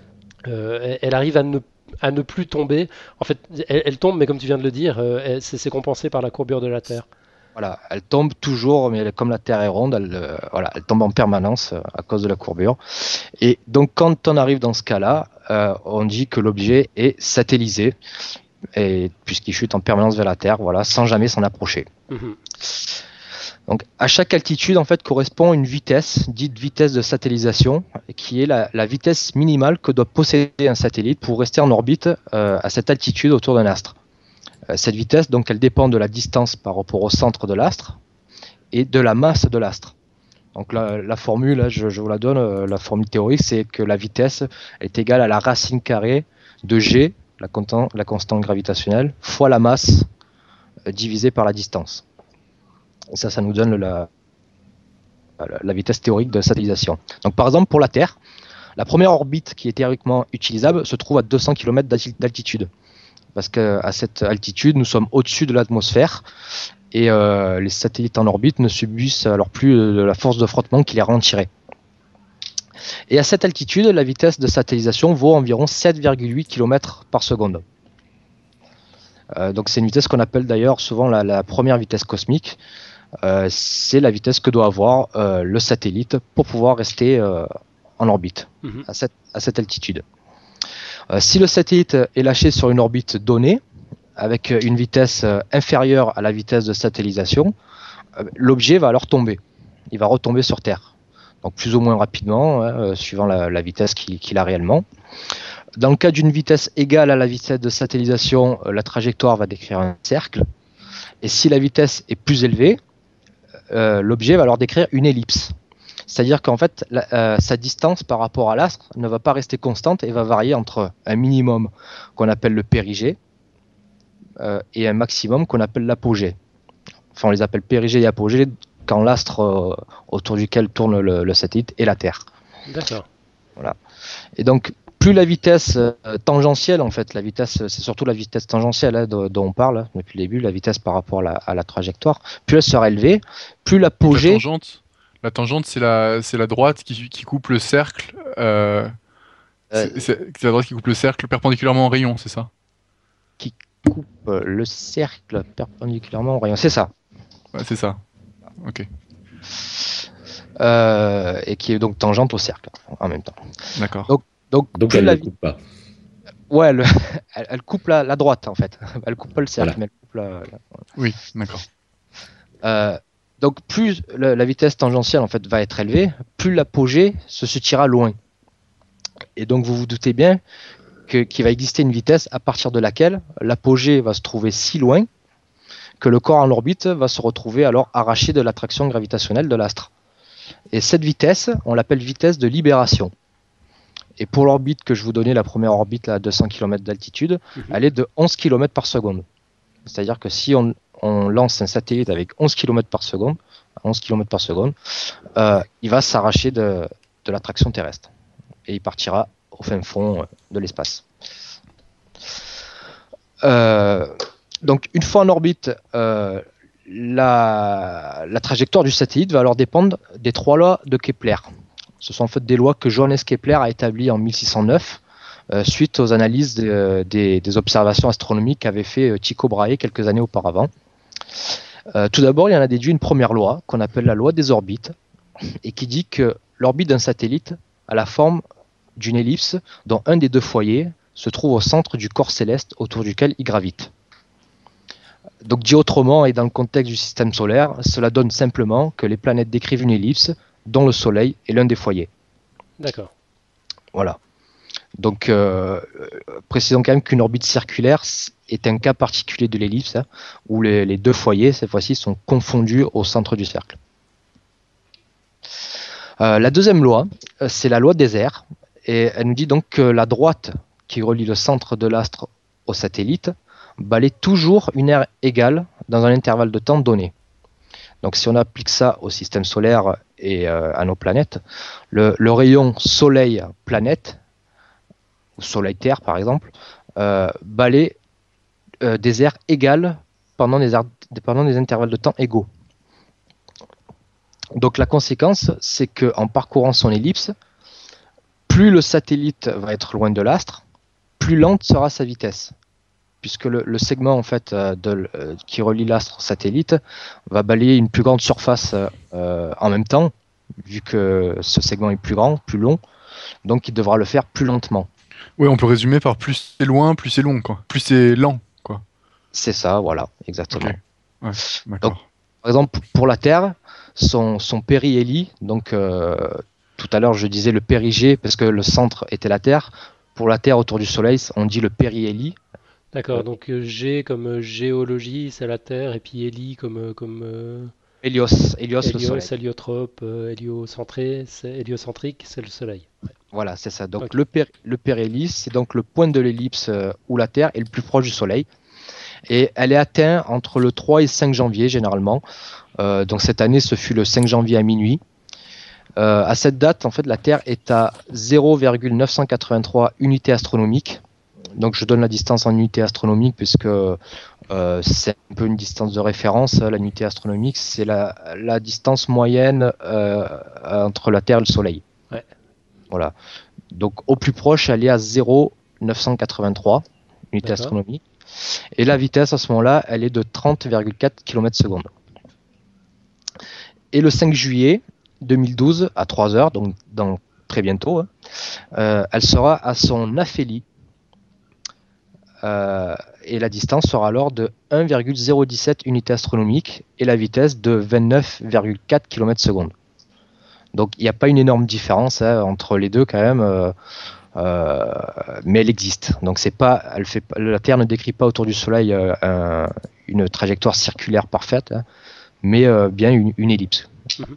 euh, elle arrive à ne à ne plus tomber. En fait, elle, elle tombe, mais comme tu viens de le dire, euh, c'est compensé par la courbure de la Terre. Voilà, elle tombe toujours, mais elle, comme la Terre est ronde, elle, euh, voilà, elle tombe en permanence euh, à cause de la courbure. Et donc, quand on arrive dans ce cas-là, euh, on dit que l'objet est satellisé, et puisqu'il chute en permanence vers la Terre, voilà, sans jamais s'en approcher. Mm-hmm. Donc, à chaque altitude, en fait, correspond une vitesse, dite vitesse de satellisation, qui est la, la vitesse minimale que doit posséder un satellite pour rester en orbite euh, à cette altitude autour d'un astre. Euh, cette vitesse, donc, elle dépend de la distance par rapport au centre de l'astre et de la masse de l'astre. Donc, la, la formule, là, je, je vous la donne, euh, la formule théorique, c'est que la vitesse est égale à la racine carrée de G, la, constant, la constante gravitationnelle, fois la masse euh, divisée par la distance. Et ça, ça nous donne la, la, la vitesse théorique de satellisation. Donc, par exemple, pour la Terre, la première orbite qui est théoriquement utilisable se trouve à deux cents kilomètres d'altitude. Parce qu'à cette altitude, nous sommes au-dessus de l'atmosphère et euh, les satellites en orbite ne subissent alors plus de la force de frottement qui les ralentirait. Et à cette altitude, la vitesse de satellisation vaut environ sept virgule huit kilomètres par seconde. Euh, donc, c'est une vitesse qu'on appelle d'ailleurs souvent la, la première vitesse cosmique. Euh, c'est la vitesse que doit avoir euh, le satellite pour pouvoir rester euh, en orbite mmh. à, cette, à cette altitude. Euh, si le satellite est lâché sur une orbite donnée, avec une vitesse euh, inférieure à la vitesse de satellisation, euh, l'objet va alors tomber. Il va retomber sur Terre. Donc plus ou moins rapidement, hein, euh, suivant la, la vitesse qu'il, qu'il a réellement. Dans le cas d'une vitesse égale à la vitesse de satellisation, euh, la trajectoire va décrire un cercle. Et si la vitesse est plus élevée, Euh, l'objet va alors décrire une ellipse. C'est-à-dire qu'en fait, la, euh, sa distance par rapport à l'astre ne va pas rester constante et va varier entre un minimum qu'on appelle le périgée euh, et un maximum qu'on appelle l'apogée. Enfin, on les appelle périgée et apogée quand l'astre euh, autour duquel tourne le, le satellite est la Terre. D'accord. Voilà. Et donc, plus la vitesse euh, tangentielle, en fait, la vitesse, c'est surtout la vitesse tangentielle hein, dont, dont on parle hein, depuis le début, la vitesse par rapport à la, à la trajectoire, plus elle sera élevée, plus Donc la l'apogée. tangente, la tangente, c'est la, c'est la droite qui, qui coupe le cercle. Euh, euh, c'est c'est- c'est la droite qui coupe le cercle perpendiculairement en rayon, c'est ça? qui coupe euh, le cercle perpendiculairement au rayon. C'est ça. Ouais, c'est ça. Ok, Euh, et qui est donc tangente au cercle en même temps. d'accord. Donc, donc, Donc plus elle la ne vi- coupe pas. ouais, le- elle, elle coupe la, la droite en fait. Elle coupe pas le cercle, Voilà. mais elle coupe la. la- Oui, d'accord. Euh, donc plus le- la vitesse tangentielle en fait va être élevée, plus l'apogée se situera loin. Et donc vous vous doutez bien que qu'il va exister une vitesse à partir de laquelle l'apogée va se trouver si loin que le corps en orbite va se retrouver alors arraché de l'attraction gravitationnelle de l'astre. Et cette vitesse, on l'appelle vitesse de libération. Et pour l'orbite que je vous donnais, la première orbite là, à deux cents kilomètres d'altitude, Mhm. elle est de onze kilomètres par seconde. C'est-à-dire que si on, on lance un satellite avec onze kilomètres par seconde, onze kilomètres par seconde, euh, il va s'arracher de, de l'attraction terrestre. Et il partira au fin fond euh, de l'espace. Euh, donc une fois en orbite, euh, la, la trajectoire du satellite va alors dépendre des trois lois de Kepler. Ce sont en fait des lois que Johannes Kepler a établies en mille six cent neuf euh, suite aux analyses de- des, des observations astronomiques qu'avait fait euh, Tycho Brahe quelques années auparavant. Euh, tout d'abord, il en a déduit une première loi qu'on appelle la loi des orbites et qui dit que l'orbite d'un satellite a la forme d'une ellipse dont un des deux foyers se trouve au centre du corps céleste autour duquel il gravite. Donc dit autrement et dans le contexte du système solaire, cela donne simplement que les planètes décrivent une ellipse dont le Soleil est l'un des foyers. D'accord. Voilà. Donc euh, précisons quand même qu'une orbite circulaire est un cas particulier de l'ellipse hein, où les, les deux foyers cette fois-ci sont confondus au centre du cercle. Euh, la deuxième loi, euh, c'est la loi des airs et elle nous dit donc que la droite qui relie le centre de l'astre au satellite balaie toujours une aire égale dans un intervalle de temps donné. Donc si on applique ça au système solaire et euh, à nos planètes, le, le rayon Soleil-planète, ou Soleil-Terre par exemple, euh, balaie euh, des aires égales pendant des, aires- pendant des intervalles de temps égaux. Donc la conséquence, c'est qu'en parcourant son ellipse, plus le satellite va être loin de l'astre, plus lente sera sa vitesse. Puisque le, le segment en fait, euh, de, euh, qui relie l'astre au satellite va balayer une plus grande surface euh, en même temps, vu que ce segment est plus grand, plus long, donc il devra le faire plus lentement. Ouais, on peut résumer par plus c'est loin, plus c'est long, quoi. Plus c'est lent, quoi. C'est ça, voilà, exactement. Ok. Ouais, d'accord. Par exemple, pour la Terre, son, son périhélie, donc euh, tout à l'heure je disais le périgée parce que le centre était la Terre. Pour la Terre autour du Soleil, on dit le périhélie. D'accord, donc euh, G comme euh, géologie, c'est la Terre, et puis Hélie comme, euh, comme euh, Hélios, Hélios, le hélios, Soleil. héliotrope, euh, héliocentré, c'est héliocentrique, c'est le Soleil. Voilà, c'est ça. Donc Ok. le, pér- le périhélie, c'est donc le point de l'ellipse euh, où la Terre est le plus proche du Soleil. Et elle est atteinte entre le trois et cinq janvier généralement. Euh, donc cette année, ce fut le cinq janvier à minuit. Euh, à cette date, en fait, la Terre est à zéro virgule neuf cent quatre-vingt-trois unités astronomiques. Donc je donne la distance en unités astronomiques puisque euh, c'est un peu une distance de référence. L'unité astronomique, c'est la, la distance moyenne euh, entre la Terre et le Soleil. Ouais. Voilà. Donc au plus proche, elle est à zéro virgule neuf cent quatre-vingt-trois unités D'accord. astronomiques. Et la vitesse à ce moment-là, elle est de trente virgule quatre kilomètres par seconde. Et le cinq juillet deux mille douze, à trois heures, donc dans très bientôt, hein, euh, elle sera à son aphélie. Euh, et la distance sera alors de un virgule zéro dix-sept unités astronomiques et la vitesse de vingt-neuf virgule quatre kilomètres par seconde. Donc il n'y a pas une énorme différence hein, entre les deux quand même, euh, euh, mais elle existe. Donc c'est pas, elle fait, pas- la Terre ne décrit pas autour du Soleil euh, un- une trajectoire circulaire parfaite, hein, mais euh, bien une, une ellipse. Mhm.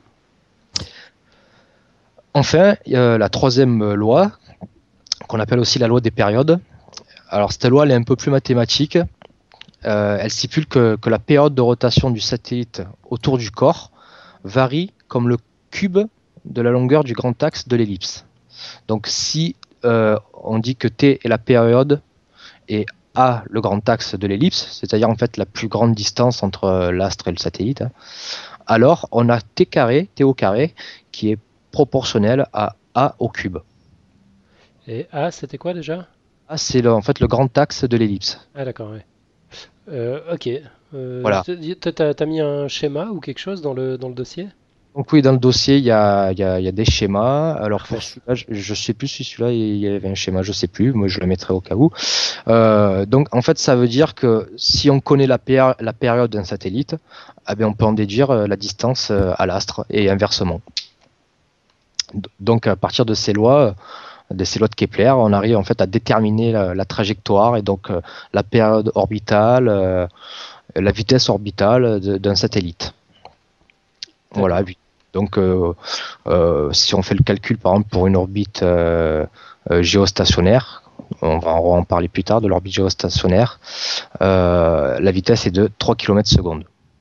Enfin, il y a la troisième loi, qu'on appelle aussi la loi des périodes. Alors cette loi, elle est un peu plus mathématique. Euh, elle stipule que, que la période de rotation du satellite autour du corps varie comme le cube de la longueur du grand axe de l'ellipse. Donc si euh, on dit que T est la période et A le grand axe de l'ellipse, c'est-à-dire en fait la plus grande distance entre euh, l'astre et le satellite, hein. Alors on a T carré, T au carré, qui est proportionnel à A au cube. Et A, c'était quoi déjà? A c'est le- en fait le grand axe de l'ellipse. Ah d'accord, ouais. Euh, ok. Euh, Voilà. t'as, t'as- t'as mis un schéma ou quelque chose dans le, dans le dossier? Donc oui, dans le dossier, il y a, il y a- il y a des schémas. Alors pour Parfait. celui-là, je ne sais plus si celui-là, il y avait un schéma, je sais plus. Moi, je le mettrai au cas où. Euh, donc en fait, ça veut dire que si on connaît la, péri- la période d'un satellite, eh bien, on peut en déduire euh, la distance euh, à l'astre et inversement. D- Donc à partir de ces lois, euh, de ces lois de Kepler, on arrive en fait à déterminer la, la trajectoire et donc euh, la période orbitale, euh, la vitesse orbitale de- d'un satellite. Voilà. Donc, euh, euh, si on fait le calcul, par exemple, pour une orbite euh, euh, géostationnaire, on va en parler plus tard de l'orbite géostationnaire, euh, la vitesse est de trois kilomètres secondes.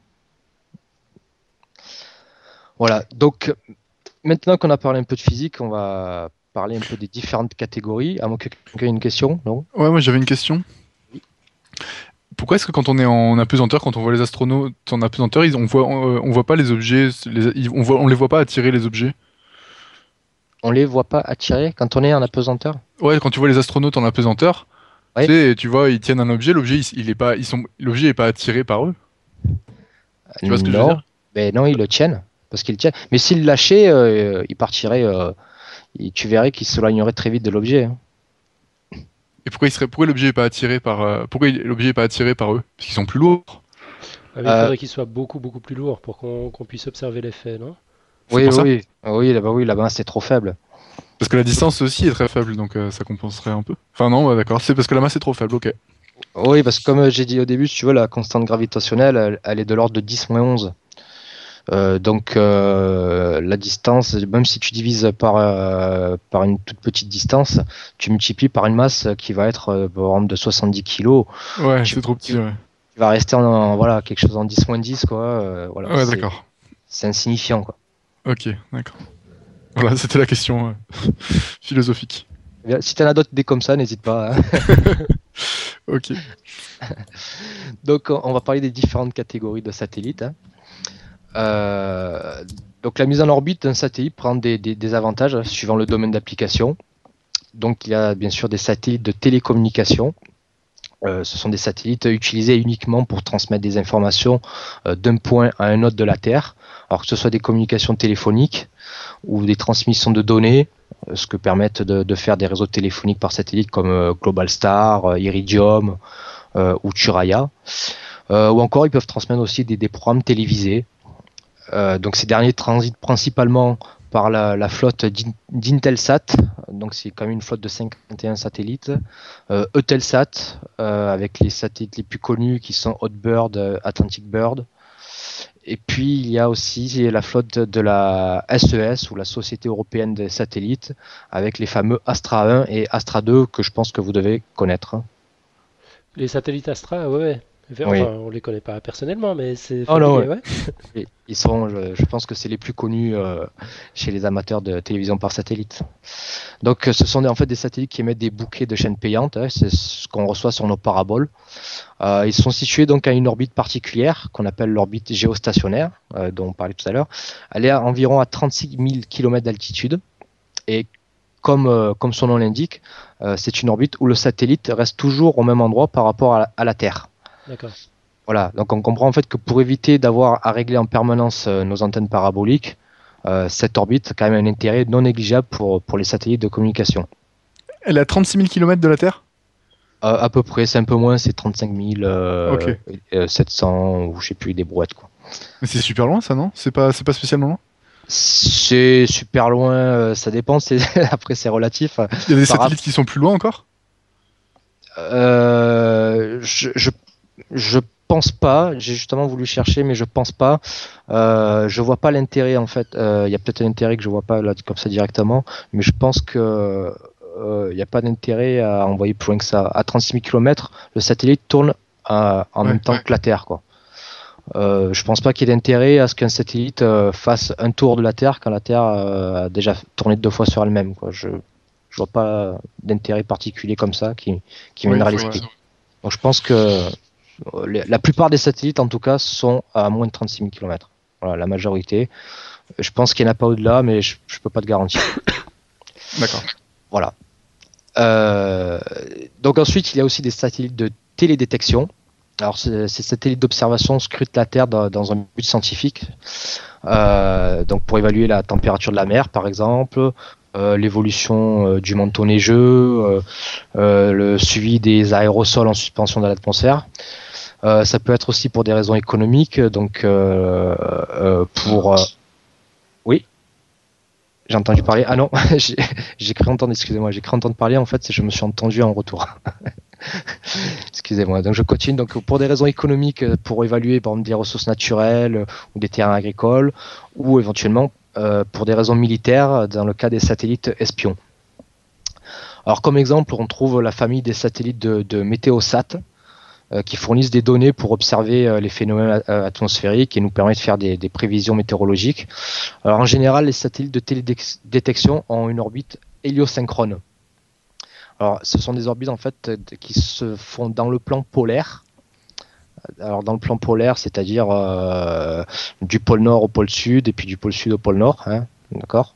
Voilà. Donc, maintenant qu'on a parlé un peu de physique, on va parler un peu des différentes catégories. À moins que quelqu'un ait une question, non? Ouais, moi j'avais une question. Pourquoi est-ce que quand on est en apesanteur, quand on voit les astronautes en apesanteur, ils, on voit, on, on voit pas les objets, les, ils- on voit, on les voit pas attirer les objets? On les voit pas attirer quand on est en apesanteur? Ouais, quand tu vois les astronautes en apesanteur, Ouais. tu sais, tu vois, ils tiennent un objet, l'objet, il, il est pas, ils sont, l'objet est pas attiré par eux. Tu vois ce que je veux Non, dire? ben non, ils le tiennent. Parce qu'ils le tiennent. Mais s'ils le lâchaient, euh, ils partiraient. Euh, et tu verrais qu'ils s'éloigneraient très vite de l'objet, hein. Et pourquoi il serait, pourquoi l'objet est pas attiré par, euh, pourquoi il- l'objet est pas attiré par eux? Parce qu'ils sont plus lourds. Ah, mais il Euh, faudrait qu'il soit beaucoup, beaucoup plus lourd pour qu'on qu'on puisse observer l'effet, non? C'est oui, pour ça. oui, oui, là-bas, oui, là-bas, c'est trop faible. Parce que la distance aussi est très faible, donc euh, ça compenserait un peu. Enfin non, ouais, d'accord. C'est parce que la masse est trop faible. Ok. Oui, parce que comme euh, j'ai dit au début, si tu veux, la constante gravitationnelle, elle, elle est de l'ordre de dix moins onze. Euh, donc euh, la distance, même si tu divises par, euh, par une toute petite distance, tu multiplies par une masse qui va être euh, par exemple de soixante-dix kilos. Ouais, Tu, c'est trop petit. Ouais, tu vas rester en, en- voilà, quelque chose en dix moins dix, quoi. Euh, voilà, ouais, c'est, d'accord. c'est insignifiant, quoi. Ok, d'accord. Voilà, c'était la question euh, philosophique. Eh bien, si tu en as d'autres idées comme ça, n'hésite pas, hein. Ok. Donc, on va parler des différentes catégories de satellites, hein. Euh, donc, la mise en orbite d'un satellite prend des, des- des avantages hein, suivant le domaine d'application. Donc, il y a bien sûr des satellites de télécommunication. Euh, ce sont des satellites utilisés uniquement pour transmettre des informations euh, d'un point à un autre de la Terre. Alors que ce soit des communications téléphoniques ou des transmissions de données, euh, ce que permettent de, de faire des réseaux téléphoniques par satellite comme euh, Globalstar, euh, Iridium euh, ou Thuraya. Euh, ou encore, ils peuvent transmettre aussi des, des programmes télévisés. Euh, donc ces derniers transitent principalement par la, la flotte d'In- d'Intelsat, donc c'est quand même une flotte de cinquante et un satellites, euh, Eutelsat, euh, avec les satellites les plus connus qui sont Hotbird, euh, Atlantic Bird, et puis il y a aussi la flotte de la S E S, ou la Société Européenne des Satellites, avec les fameux Astra un et Astra deux que je pense que vous devez connaître. Les satellites Astra, ouais, ouais. Enfin, Oui. on les connaît pas personnellement, mais c'est Oh non, familier, ouais. Et ils sont, je, je pense que c'est les plus connus euh, chez les amateurs de télévision par satellite. Donc, euh, ce sont des- en fait des satellites qui émettent des bouquets de chaînes payantes, hein, c'est ce qu'on reçoit sur nos paraboles. Euh, ils sont situés donc à une orbite particulière qu'on appelle l'orbite géostationnaire, euh, dont on parlait tout à l'heure. Elle est à environ à trente-six mille kilomètres d'altitude et comme, euh, comme son nom l'indique, euh, c'est une orbite où le satellite reste toujours au même endroit par rapport à la, à la Terre. D'accord. Voilà, donc on comprend en fait que pour éviter d'avoir à régler en permanence euh, nos antennes paraboliques, euh, cette orbite a quand même un intérêt non négligeable pour, pour les satellites de communication. Elle est à trente-six mille kilomètres de la Terre? Euh, à peu près, c'est un peu moins, c'est trente-cinq mille euh, Ok. euh, sept cents ou je sais plus, des brouettes quoi. Mais c'est super loin ça, non? C'est pas, c'est pas spécialement loin? C'est super loin, euh, ça dépend, c'est après c'est relatif. Il y a des Par satellites qui sont plus loin encore? Euh, je, je, je pense pas. J'ai justement voulu chercher, mais je pense pas. Euh, je vois pas l'intérêt en fait. Euh, Il y a peut-être un intérêt que je vois pas là comme ça directement, mais je pense que il n'y a pas d'intérêt à envoyer plus loin que ça. À trente-six mille kilomètres, le satellite tourne à- en Ouais, même temps ouais. que la Terre, quoi. Euh, je pense pas qu'il y ait d'intérêt à ce qu'un satellite euh, fasse un tour de la Terre quand la Terre euh, a déjà tourné deux fois sur elle-même, quoi. Je Je vois pas d'intérêt particulier comme ça qui, qui Oui, viendra à c'est l'esprit. vrai. Donc je pense que euh, les- la plupart des satellites, en tout cas, sont à moins de trente-six mille kilomètres. Voilà, la majorité. Je pense qu'il n'y en a pas au-delà, mais je ne peux pas te garantir. D'accord. Voilà. Euh, donc ensuite, il y a aussi des satellites de télédétection. Alors ces, ces satellites d'observation scrutent la Terre dans, dans un but scientifique. Euh, donc pour évaluer la température de la mer, par exemple, euh, l'évolution euh, du manteau neigeux, euh, euh, le suivi des aérosols en suspension dans l'atmosphère. Euh, ça peut être aussi pour des raisons économiques, donc euh, euh, pour... euh, Oui, j'ai entendu parler. Ah non, j'ai j'ai cru entendre, excusez-moi, j'ai cru entendre parler, en fait, c'est je me suis entendu en retour. Excusez-moi, donc je continue. Donc pour des raisons économiques, euh, pour évaluer par exemple des ressources naturelles euh, ou des terrains agricoles, ou éventuellement euh, pour des raisons militaires, euh, dans le cas des satellites espions. Alors comme exemple, on trouve la famille des satellites de, de Météosat, euh, qui fournissent des données pour observer euh, les phénomènes euh, atmosphériques et nous permettent de faire des, des prévisions météorologiques. Alors en général, les satellites de télédétection ont une orbite héliosynchrone. Alors ce sont des orbites en fait qui se font dans le plan polaire. Alors dans le plan polaire, c'est-à-dire euh, du pôle nord au pôle sud et puis du pôle sud au pôle nord, hein, d'accord.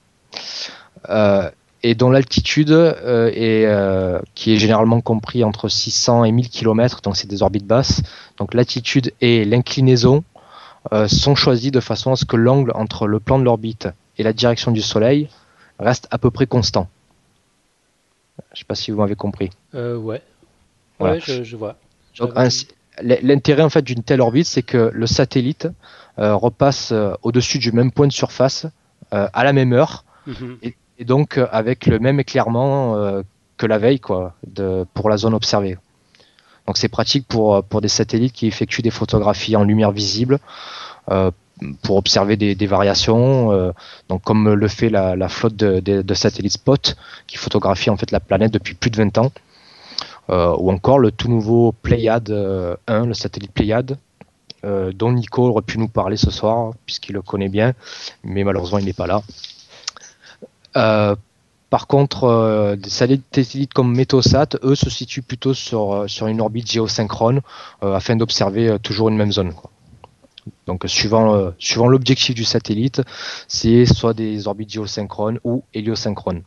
Euh, et dont l'altitude euh, est, euh, qui est généralement compris entre six cents et mille kilomètres, donc c'est des orbites basses. Donc l'altitude et l'inclinaison euh, sont choisis de façon à ce que l'angle entre le plan de l'orbite et la direction du Soleil reste à peu près constant. Je ne sais pas si vous m'avez compris. Euh, ouais, Voilà. ouais, je, je vois. Donc, J'avais- ainsi- l'intérêt en fait d'une telle orbite, c'est que le satellite euh, repasse euh, au-dessus du même point de surface euh, à la même heure Mhm. et, et donc euh, avec le même éclairement euh, que la veille, quoi, de, pour la zone observée. Donc c'est pratique pour, euh, pour des satellites qui effectuent des photographies en lumière visible, euh, pour observer des, des variations, euh, donc comme le fait la, la flotte de, de, de satellites Spot, qui photographie en fait la planète depuis plus de vingt ans, euh, ou encore le tout nouveau Pléiade euh, un, le satellite Pléiade, euh, dont Nico aurait pu nous parler ce soir, puisqu'il le connaît bien, mais malheureusement il n'est pas là. Euh, Par contre, euh, des satellites comme Meteosat, eux, se situent plutôt sur, euh, sur une orbite géosynchrone, euh, afin d'observer euh, toujours une même zone, quoi. Donc, suivant, euh, suivant l'objectif du satellite, c'est soit des orbites géosynchrones ou héliosynchrones.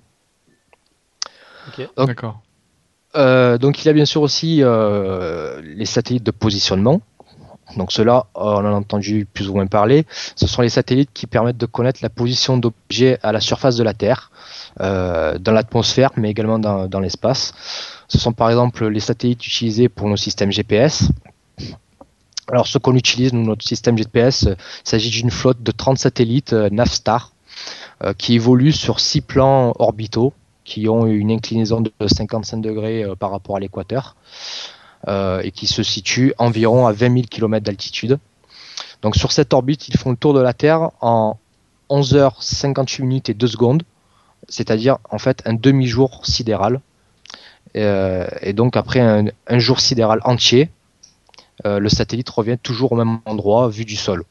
Ok. Donc, D'accord. euh, donc, il y a bien sûr aussi euh, les satellites de positionnement. Donc ceux-là, on en a entendu plus ou moins parler. Ce sont les satellites qui permettent de connaître la position d'objets à la surface de la Terre, euh, dans l'atmosphère, mais également dans, dans l'espace. Ce sont par exemple les satellites utilisés pour nos systèmes G P S. Alors ce qu'on utilise, nous, notre système G P S, euh, il s'agit d'une flotte de trente satellites euh, Navstar, euh, qui évoluent sur six plans orbitaux, qui ont une inclinaison de cinquante-cinq degrés euh, par rapport à l'équateur. Euh, et qui se situe environ à vingt mille kilomètres d'altitude. Donc sur cette orbite, ils font le tour de la Terre en onze heures cinquante-huit minutes et deux secondes, c'est-à-dire en fait un demi-jour sidéral. Euh, et donc après un, un jour sidéral entier, euh, le satellite revient toujours au même endroit vu du sol.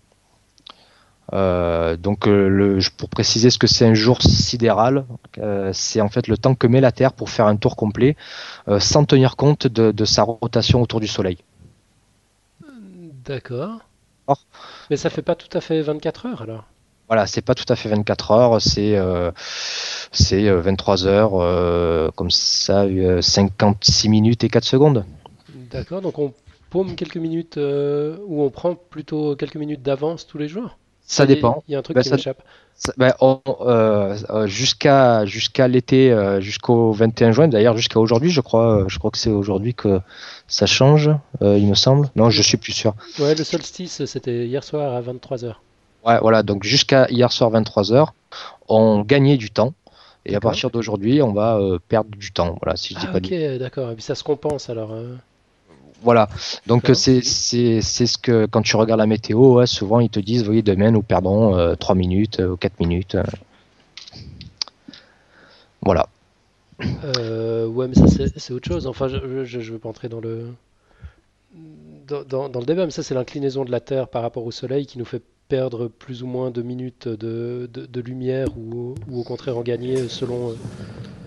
Euh, donc euh, le, pour préciser ce que c'est un jour sidéral, euh, c'est en fait le temps que met la Terre pour faire un tour complet, euh, sans tenir compte de, de sa rotation autour du Soleil. D'accord. Or, Mais ça fait pas tout à fait vingt-quatre heures alors. Voilà, c'est pas tout à fait vingt-quatre heures, c'est euh, c'est euh, vingt-trois heures, euh, comme ça, euh, cinquante-six minutes et quatre secondes. D'accord, donc on paume quelques minutes euh, ou on prend plutôt quelques minutes d'avance tous les jours. Ça Il y, a- dépend. y a un truc Ben, qui ça, m'échappe. ça- ben, on- euh, euh, jusqu'à jusqu'à l'été, euh, jusqu'au vingt et un juin, d'ailleurs jusqu'à aujourd'hui, je crois, euh, je crois que c'est aujourd'hui que ça change, euh, il me semble. Non, je suis plus sûr. Ouais, le solstice, c'était hier soir à vingt-trois heures. Ouais, voilà, donc jusqu'à hier soir vingt-trois heures, on gagnait du temps. Et à D'accord. partir d'aujourd'hui, on va euh, perdre du temps. Voilà, si je dis Ah pas de ok, d'accord. Et puis ça se compense alors. euh. Voilà, donc D'accord. c'est c'est c'est ce que quand tu regardes la météo, ouais, souvent ils te disent, voyez, demain nous perdons euh, trois minutes ou quatre minutes. euh. Voilà. Euh, ouais, mais ça c'est c'est autre chose. Enfin, je, je, je veux pas entrer dans le dans, dans- dans le débat, mais ça c'est l'inclinaison de la Terre par rapport au Soleil qui nous fait perdre plus ou moins de minutes de, de, de lumière ou, ou au contraire en gagner selon, euh,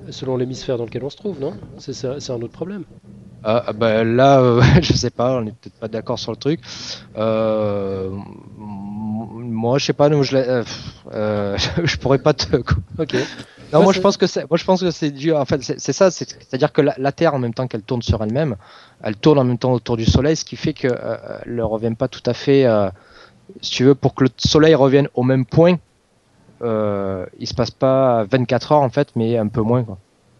selon l'hémisphère dans lequel on se trouve, non? C'est ça- c'est un autre problème. Ah, bah, là, euh, je sais pas, on est peut-être pas d'accord sur le truc. Euh, m- moi, je sais pas, nous, je, l'ai- euh, pff, euh, je pourrais pas te. Ok. Non, Ouais, moi je c'est- pense que c'est, moi je pense que c'est dû. En fait, c'est c'est ça, c'est- c'est-à-dire que la, la Terre, en même temps qu'elle tourne sur elle-même, elle tourne en même temps autour du Soleil, ce qui fait que euh, elle ne revient pas tout à fait. Euh, si tu veux, pour que le Soleil revienne au même point, euh, il se passe pas vingt-quatre heures en fait, mais un peu moins, quoi.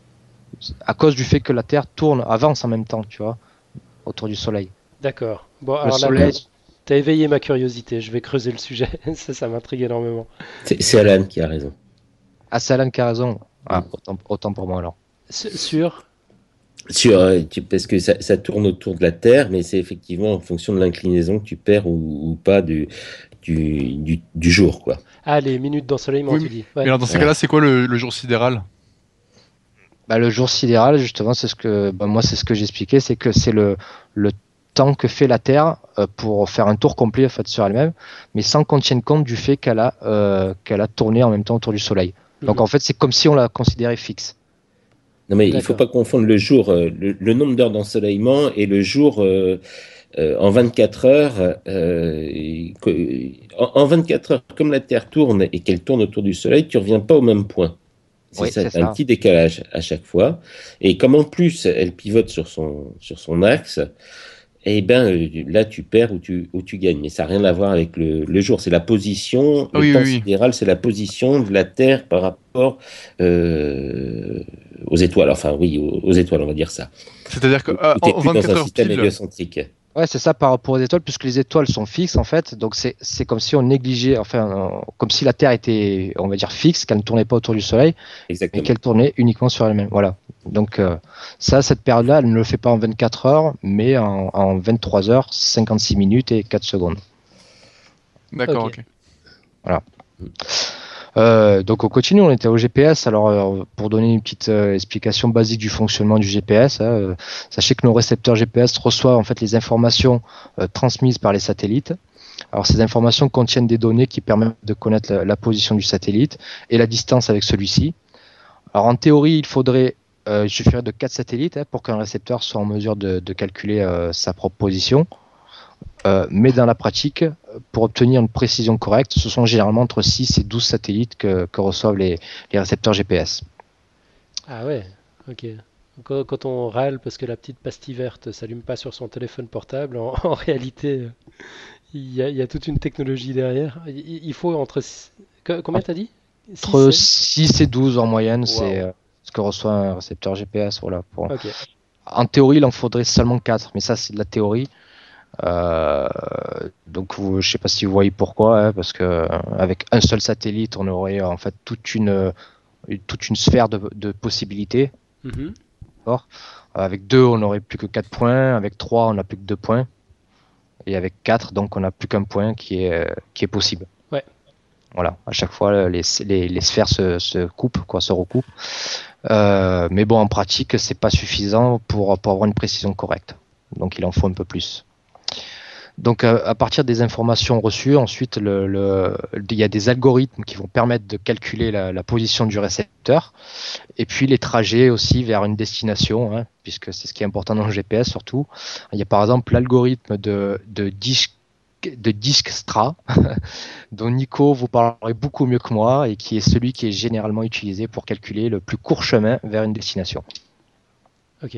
À cause du fait que la Terre tourne, avance en même temps, tu vois, autour du Soleil. D'accord. Bon, Le alors là, Soleil. t'as éveillé ma curiosité. Je vais creuser le sujet. Ça, ça m'intrigue énormément. C'est c'est Alan qui a raison. Ah, c'est Alan qui a raison. Ah, Mm. autant, autant pour moi alors. S- Sur. Sur, euh, tu- parce que ça, ça tourne autour de la Terre, mais c'est effectivement en fonction de l'inclinaison que tu perds ou, ou pas du, du, du, du jour, quoi. Ah, les minutes d'ensoleillement, Oui, tu mais, dis. mais Ouais. alors dans ces Ouais. cas-là, c'est quoi le, le jour sidéral? Bah, le jour sidéral, justement, c'est ce que, bah, moi, c'est ce que j'expliquais, c'est que c'est le, le temps que fait la Terre euh, pour faire un tour complet en fait, sur elle-même, mais sans qu'on tienne compte du fait qu'elle a, euh, qu'elle a tourné en même temps autour du Soleil. Donc Mhm. en fait, c'est comme si on la considérait fixe. Non, mais il faut D'accord. pas confondre le jour, euh, le, le nombre d'heures d'ensoleillement et le jour euh, euh, en vingt-quatre heures. Euh, et que- en, en vingt-quatre heures, comme la Terre tourne et qu'elle tourne autour du Soleil, tu reviens pas au même point. C'est Oui, ça, c'est un ça. petit décalage à chaque fois. Et comme en plus elle pivote sur son, sur son axe, eh ben euh, là tu perds ou tu, ou tu gagnes. Mais ça n'a rien à voir avec le, le jour. C'est la position, Ah le oui, temps oui, oui. sidéral, c'est la position de la Terre par rapport euh, aux étoiles. Enfin oui, aux, aux étoiles, on va dire ça. C'est-à-dire que Où, ah, où en t'es en plus dans vingt-quatre un heures système pile, héliocentrique. Ouais, c'est ça par rapport aux étoiles, puisque les étoiles sont fixes en fait. Donc c'est c'est comme si on négligeait, enfin, euh, comme si la Terre était, on va dire, fixe, qu'elle ne tournait pas autour du Soleil, mais Exactement. qu'elle tournait uniquement sur elle-même. Voilà. Donc euh, ça, cette période-là, elle ne le fait pas en vingt-quatre heures, mais en, en vingt-trois heures, cinquante-six minutes et quatre secondes. d'accord, Ok. ok. Voilà. Euh, donc on continue, on était au G P S. Alors euh, pour donner une petite euh, explication basique du fonctionnement du G P S, hein, euh, sachez que nos récepteurs G P S reçoivent en fait les informations euh, transmises par les satellites. Alors ces informations contiennent des données qui permettent de connaître la, la position du satellite et la distance avec celui-ci. Alors en théorie, il faudrait, euh, il suffirait de quatre satellites hein, pour qu'un récepteur soit en mesure de, de calculer euh, sa propre position. Euh, mais dans la pratique, pour obtenir une précision correcte, ce sont généralement entre six et douze satellites que, que reçoivent les, les récepteurs G P S. Ah ouais. Ok. Quand, quand on râle parce que la petite pastille verte s'allume pas sur son téléphone portable, en, en réalité, euh, il y, a, il y a toute une technologie derrière. Il, il faut entre... six- co- Combien t'as dit? Entre six et... six et douze en moyenne, Waouh. c'est euh, ce que reçoit un récepteur G P S. Voilà, pour... Ok. En théorie, il en faudrait seulement quatre, mais ça, c'est de la théorie. Euh, donc, vous, je sais pas si vous voyez pourquoi, hein, parce que euh, avec un seul satellite, on aurait en fait toute une, euh, toute une sphère de, de possibilités. Mhm. D'accord. Avec deux, on n'aurait plus que quatre points. Avec trois, on n'a plus que deux points. Et avec quatre, donc, on n'a plus qu'un point qui est, euh, qui est possible. Ouais. Voilà. À chaque fois, les, les, les sphères se, se coupent, quoi, se recoupent. Euh, mais bon, en pratique, c'est pas suffisant pour, pour avoir une précision correcte. Donc, il en faut un peu plus. Donc, à, à partir des informations reçues, ensuite, le, le, il y a des algorithmes qui vont permettre de calculer la, la position du récepteur et puis les trajets aussi vers une destination, hein, puisque c'est ce qui est important dans le G P S surtout. Il y a par exemple l'algorithme de, de, disque, de Dijkstra, dont Nico vous parlerait beaucoup mieux que moi et qui est celui qui est généralement utilisé pour calculer le plus court chemin vers une destination. Ok.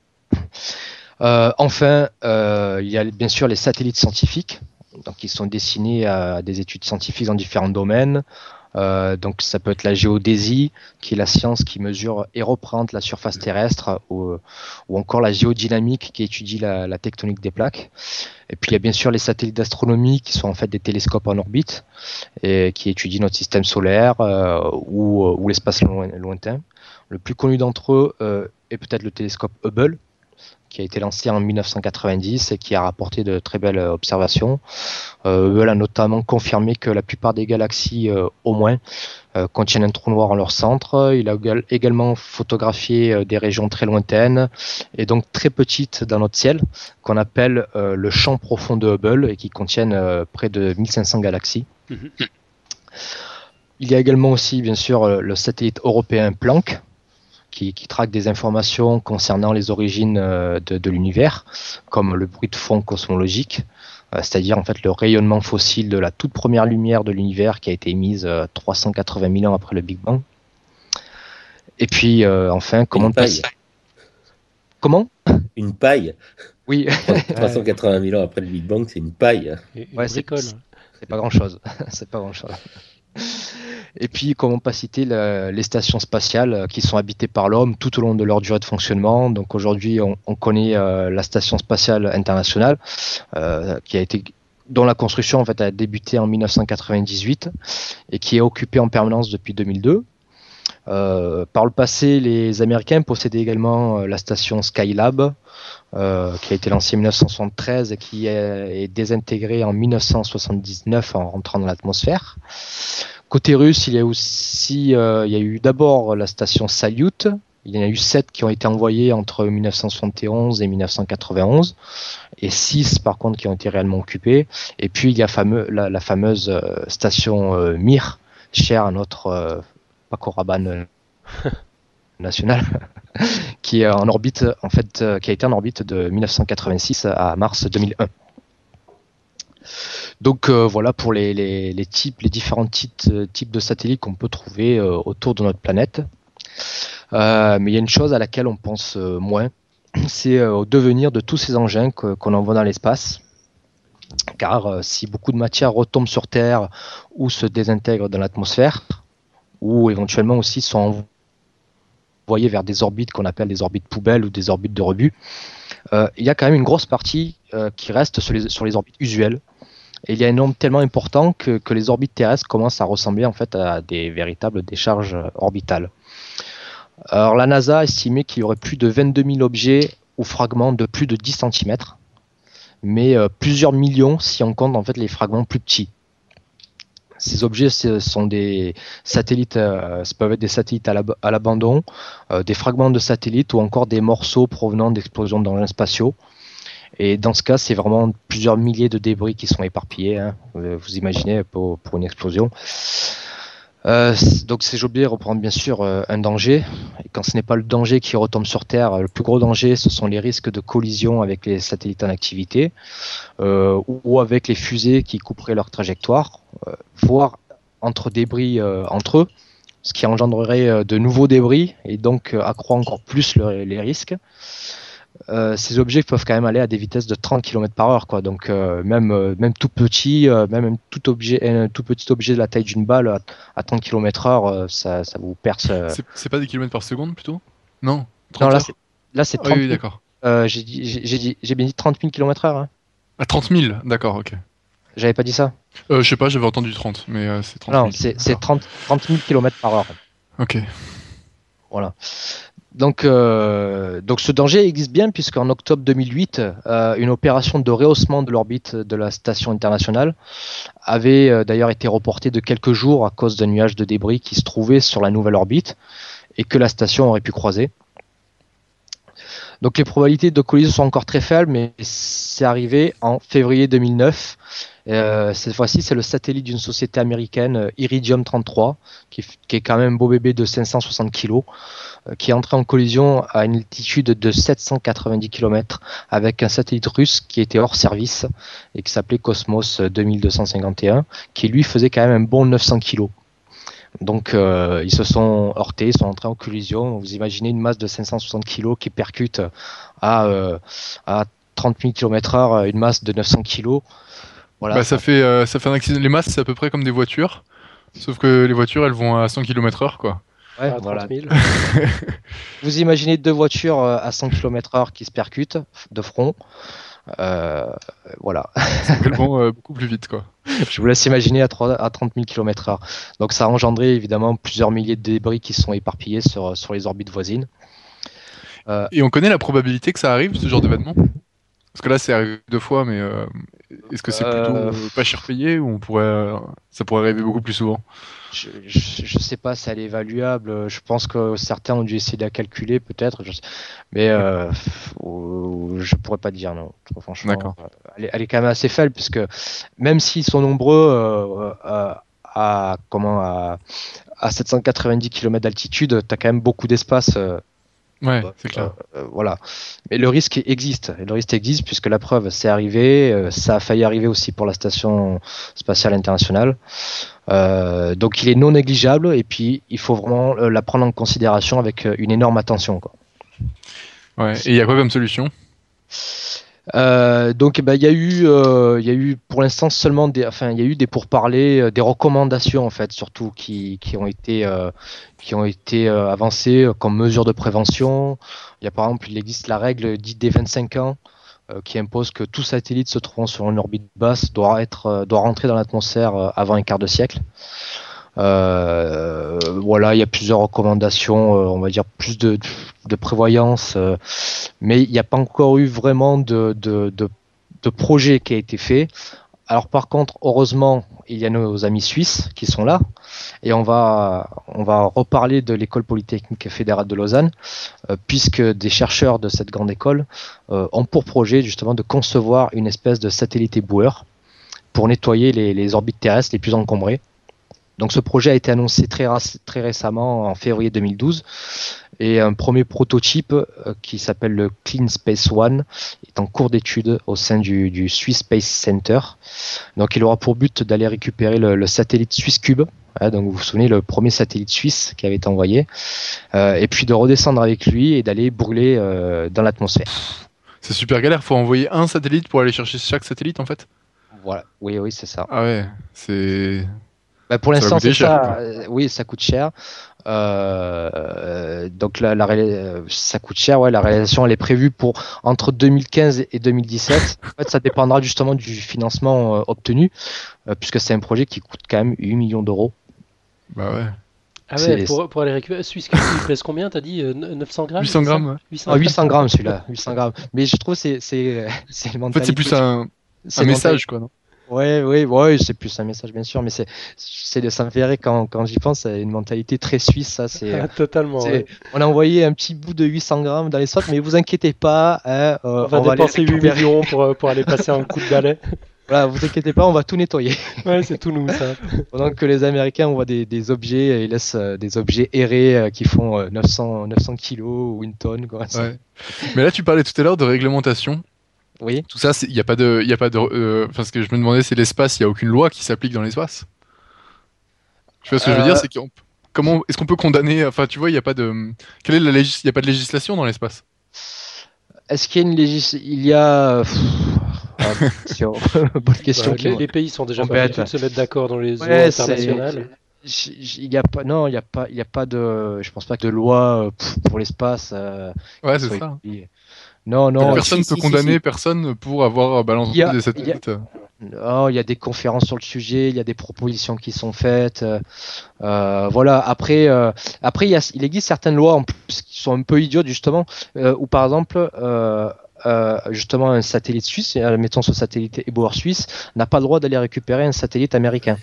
Euh, enfin, euh, il y a bien sûr les satellites scientifiques, donc qui sont destinés à des études scientifiques dans différents domaines. Euh, donc ça peut être la géodésie, qui est la science qui mesure et représente la surface terrestre, ou, ou encore la géodynamique, qui étudie la, la tectonique des plaques. Et puis il y a bien sûr les satellites d'astronomie, qui sont en fait des télescopes en orbite, et qui étudient notre système solaire euh, ou, ou l'espace lointain. Le plus connu d'entre eux euh, est peut-être le télescope Hubble, qui a été lancé en mille neuf cent quatre-vingt-dix et qui a rapporté de très belles observations. Euh, Hubble a notamment confirmé que la plupart des galaxies, euh, au moins, euh, contiennent un trou noir en leur centre. Il a également photographié euh, des régions très lointaines et donc très petites dans notre ciel, qu'on appelle euh, le champ profond de Hubble et qui contiennent euh, près de mille cinq cents galaxies. Mhm. Il y a également aussi, bien sûr, le satellite européen Planck, qui, qui traque des informations concernant les origines euh, de, de l'univers, comme le bruit de fond cosmologique, euh, c'est-à-dire en fait le rayonnement fossile de la toute première lumière de l'univers qui a été émise euh, trois cent quatre-vingt mille ans après le Big Bang. Et puis euh, enfin, comment passer... Comment Une paille. Oui. trois cent quatre-vingt mille ans après le Big Bang, c'est une paille. Une Ouais, c'est, bricole. c'est pas grand-chose. c'est pas grand-chose. Et puis, comment pas citer la- les stations spatiales qui sont habitées par l'homme tout au long de leur durée de fonctionnement. Donc aujourd'hui, on, on connaît euh, la station spatiale internationale, euh, qui a été dont la construction en fait a débuté en mille neuf cent quatre-vingt-dix-huit et qui est occupée en permanence depuis deux mille deux. Euh, par le passé, les Américains possédaient également euh, la station Skylab, euh, qui a été lancée en mille neuf cent soixante-treize et qui est, est désintégrée en mille neuf cent soixante-dix-neuf en rentrant dans l'atmosphère. Côté russe, il y a aussi, euh, il y a eu d'abord la station Salyut. Il y en a eu sept qui ont été envoyées entre mille neuf cent soixante et onze et mille neuf cent quatre-vingt-onze, et six par contre qui ont été réellement occupées. Et puis il y a fameux, la, la fameuse euh, station euh, Mir, chère à notre euh, Paco Rabanne euh, national, qui est en orbite, en fait, euh, qui a été en orbite de mille neuf cent quatre-vingt-six à mars deux mille un. Donc euh, voilà pour les, les, les types, les différents types, euh, types de satellites qu'on peut trouver euh, autour de notre planète. Euh, mais il y a une chose à laquelle on pense euh, moins, c'est euh, au devenir de tous ces engins que, qu'on envoie dans l'espace. Car euh, si beaucoup de matière retombe sur Terre ou se désintègre dans l'atmosphère, ou éventuellement aussi sont envoyés vers des orbites qu'on appelle des orbites poubelles ou des orbites de rebut, euh, il y a quand même une grosse partie euh, qui reste sur les, sur les orbites usuelles. Et il y a un nombre tellement important que, que les orbites terrestres commencent à ressembler en fait à des véritables décharges orbitales. Alors la NASA a estimé qu'il y aurait plus de vingt-deux mille objets ou fragments de plus de dix centimètres, mais euh, plusieurs millions si on compte en fait les fragments plus petits. Ces objets ce sont des satellites, euh, ça peuvent être des satellites à, l'ab- à l'abandon, euh, des fragments de satellites ou encore des morceaux provenant d'explosions d'engins spatiaux. Et dans ce cas, c'est vraiment plusieurs milliers de débris qui sont éparpillés, hein, vous imaginez, pour, pour une explosion. Euh, donc ces objets représentent bien sûr euh, un danger. Et quand ce n'est pas le danger qui retombe sur Terre, le plus gros danger, ce sont les risques de collision avec les satellites en activité, euh, ou, ou avec les fusées qui couperaient leur trajectoire, euh, voire entre débris euh, entre eux, ce qui engendrerait euh, de nouveaux débris et donc euh, accroît encore plus le, les risques. Euh, ces objets peuvent quand même aller à des vitesses de trente kilomètres par heure, quoi. Donc euh, même euh, même tout petit, euh, même un tout objet, un tout petit objet de la taille d'une balle à, à trente kilomètres heure, euh, ça, ça vous perce. Euh... C'est, c'est pas des kilomètres par seconde plutôt? Non. Non, là heures c'est là c'est Ah trente oui, mille. d'accord. Euh, j'ai dit j'ai, j'ai dit j'ai bien dit trente mille kilomètres heure. Hein. À trente mille, d'accord, ok. J'avais pas dit ça. Euh, je sais pas, j'avais entendu trente, mais euh, c'est trente mille. Non, c'est c'est trente mille kilomètres par heure. Ok. Voilà. Donc, euh, donc ce danger existe bien puisqu'en octobre deux mille huit, euh, une opération de rehaussement de l'orbite de la station internationale avait euh, d'ailleurs été reportée de quelques jours à cause d'un nuage de débris qui se trouvait sur la nouvelle orbite et que la station aurait pu croiser. Donc les probabilités de collision sont encore très faibles, mais c'est arrivé en février deux mille neuf. Euh, cette fois-ci, c'est le satellite d'une société américaine, Iridium trente-trois, qui, qui est quand même un beau bébé de cinq cent soixante kilos, euh, qui est entré en collision à une altitude de sept cent quatre-vingt-dix kilomètres avec un satellite russe qui était hors service et qui s'appelait Cosmos deux mille deux cent cinquante et un, qui lui faisait quand même un bon neuf cents kilos. Donc euh, ils se sont heurtés, ils sont entrés en collision. Vous imaginez une masse de cinq cent soixante kilos qui percute à, euh, à trente mille kilomètres heure une masse de neuf cents kilos. Voilà. Bah, ça fait, euh, ça fait un accident. Les masses, c'est à peu près comme des voitures. Sauf que les voitures, elles vont à cent kilomètres heure, quoi. Ouais, à voilà. trente mille. Vous imaginez deux voitures à cent kilomètres heure qui se percutent de front. Euh, voilà. Elles vont euh, beaucoup plus vite, quoi. Je vous laisse imaginer à, à trente mille kilomètres heure. Donc ça a engendré évidemment plusieurs milliers de débris qui sont éparpillés sur, sur les orbites voisines. Euh... Et on connaît la probabilité que ça arrive, ce genre d'événement? Parce que là, c'est arrivé deux fois, mais euh, est-ce que c'est plutôt euh... pas cher payé ou on pourrait, euh, ça pourrait arriver beaucoup plus souvent? Je, je, je sais pas si elle est évaluable. Je pense que certains ont dû essayer de la calculer, peut-être. Je... Mais euh, je pourrais pas te dire non. Franchement, d'accord. Elle est, elle est quand même assez faible, puisque même s'ils sont nombreux euh, à, à comment à, à sept cent quatre-vingt-dix kilomètres d'altitude, tu as quand même beaucoup d'espace. Euh, Ouais, euh, c'est clair. euh, voilà. Mais le risque existe. Et le risque existe puisque la preuve, c'est arrivé. Euh, ça a failli arriver aussi pour la station spatiale internationale. Euh, donc il est non négligeable et puis il faut vraiment euh, la prendre en considération avec euh, une énorme attention, quoi. Ouais. Et il y a quoi comme solution? Euh, donc, bah, il y a eu, euh, il y a eu pour l'instant seulement des, enfin, il y a eu des pourparlers, euh, des recommandations en fait, surtout qui, qui ont été, euh, qui ont été euh, avancées euh, comme mesure de prévention. Il y a par exemple, il existe la règle dite des vingt-cinq ans euh, qui impose que tout satellite se trouvant sur une orbite basse doit être, euh, doit rentrer dans l'atmosphère euh, avant un quart de siècle. Euh, voilà, il y a plusieurs recommandations, euh, on va dire plus de, de prévoyance, euh, mais il n'y a pas encore eu vraiment de, de, de, de projet qui a été fait. Alors par contre, heureusement, il y a nos amis suisses qui sont là, et on va, on va reparler de l'école polytechnique fédérale de Lausanne, euh, puisque des chercheurs de cette grande école euh, ont pour projet justement de concevoir une espèce de satellite éboueur pour nettoyer les, les orbites terrestres les plus encombrées. Donc ce projet a été annoncé très, très récemment en février deux mille douze et un premier prototype euh, qui s'appelle le Clean Space One est en cours d'étude au sein du, du Swiss Space Center. Donc il aura pour but d'aller récupérer le, le satellite SwissCube, hein, donc vous vous souvenez le premier satellite suisse qui avait été envoyé, euh, et puis de redescendre avec lui et d'aller brûler euh, dans l'atmosphère. C'est super galère, faut envoyer un satellite pour aller chercher chaque satellite en fait. Voilà, oui, oui, c'est ça. Ah ouais, c'est. Bah pour l'instant, c'est cher, ça. Euh, oui, ça coûte cher. Euh, donc la, la ré... ça coûte cher. Ouais, la réalisation elle est prévue pour entre deux mille quinze et deux mille dix-sept. En fait, ça dépendra justement du financement euh, obtenu, euh, puisque c'est un projet qui coûte quand même huit millions d'euros. Bah ouais. Ah ouais, pour, pour aller récupérer. Suisse, il pèse combien? T'as dit euh, neuf cents grammes? huit cents grammes, ouais. huit cents, ah, huit cents grammes celui-là. huit cents grammes. Mais je trouve c'est c'est c'est en fait, c'est plus un, un message, quoi, non? Ouais, ouais, ouais, c'est plus un message bien sûr, mais c'est, c'est, ça me ferait quand, quand j'y pense, c'est une mentalité très suisse, ça. C'est ah, totalement. C'est, ouais. On a envoyé un petit bout de huit cents grammes dans les slots, mais vous inquiétez pas, hein, euh, on va on dépenser va huit millions pour, pour aller passer un coup de balai. Voilà, vous inquiétez pas, on va tout nettoyer. Ouais, c'est tout nous ça. Pendant que les Américains envoient des, des objets, ils laissent euh, des objets errés euh, qui font euh, neuf cents, neuf cents kilos ou une tonne, quoi. Ouais. Mais là, tu parlais tout à l'heure de réglementation. Oui. Tout ça, il n'y a pas de, y a pas de, euh, enfin, ce que je me demandais, c'est l'espace. Il n'y a aucune loi qui s'applique dans l'espace. Tu vois ce que euh... je veux dire, c'est qu'on, comment, est-ce qu'on peut condamner, enfin, tu vois, il n'y a pas de, quelle est la légis... il y a pas de législation dans l'espace. Est-ce qu'il y a une législation? Il y a. Ah, bonne question. Bah, les, les pays sont déjà pas habitués de se mettre d'accord dans les ouais, eaux internationales. Il y a pas, non, il y a pas, il y a pas de, je pense pas que de loi pour l'espace. Euh, ouais, c'est ça. Étudié. Non, non. Personne ne si, peut si, condamner si, si. personne pour avoir balancé des satellites. Il y, a... oh, il y a des conférences sur le sujet, il y a des propositions qui sont faites. Euh, voilà. Après, euh, après, il, y a, il existe certaines lois en plus qui sont un peu idiotes justement, euh, où par exemple. Euh, Euh, justement un satellite suisse, mettons ce satellite éboueur suisse, n'a pas le droit d'aller récupérer un satellite américain.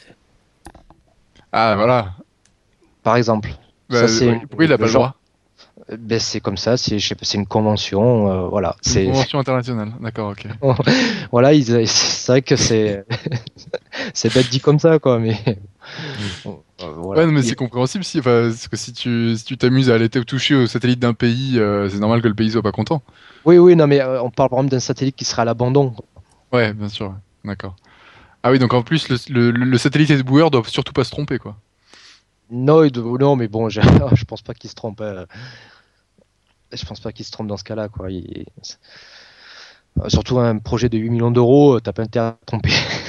Ah voilà. Par exemple. Bah, ça, c'est oui, pourquoi il n'a pas le droit? Ben, c'est comme ça, c'est, je sais pas, c'est une convention, euh, voilà. C'est une convention internationale, d'accord, ok. Voilà, ils, c'est vrai que c'est, c'est bête dit comme ça, quoi, mais. Voilà. Ouais, non, mais c'est compréhensible si, enfin, parce que si tu, si tu t'amuses à aller toucher au satellite d'un pays, euh, c'est normal que le pays soit pas content. Oui, oui, non, mais euh, on parle par exemple d'un satellite qui sera à l'abandon. Ouais, bien sûr, d'accord. Ah oui, donc en plus, le, le, le satellite éboueur doit surtout pas se tromper, quoi. Non, il doit, non, mais bon, je, je pense pas qu'il se trompe. Euh, je pense pas qu'il se trompe dans ce cas-là, quoi. Il, euh, surtout un projet de huit millions d'euros, t'as pas intérêt à te tromper.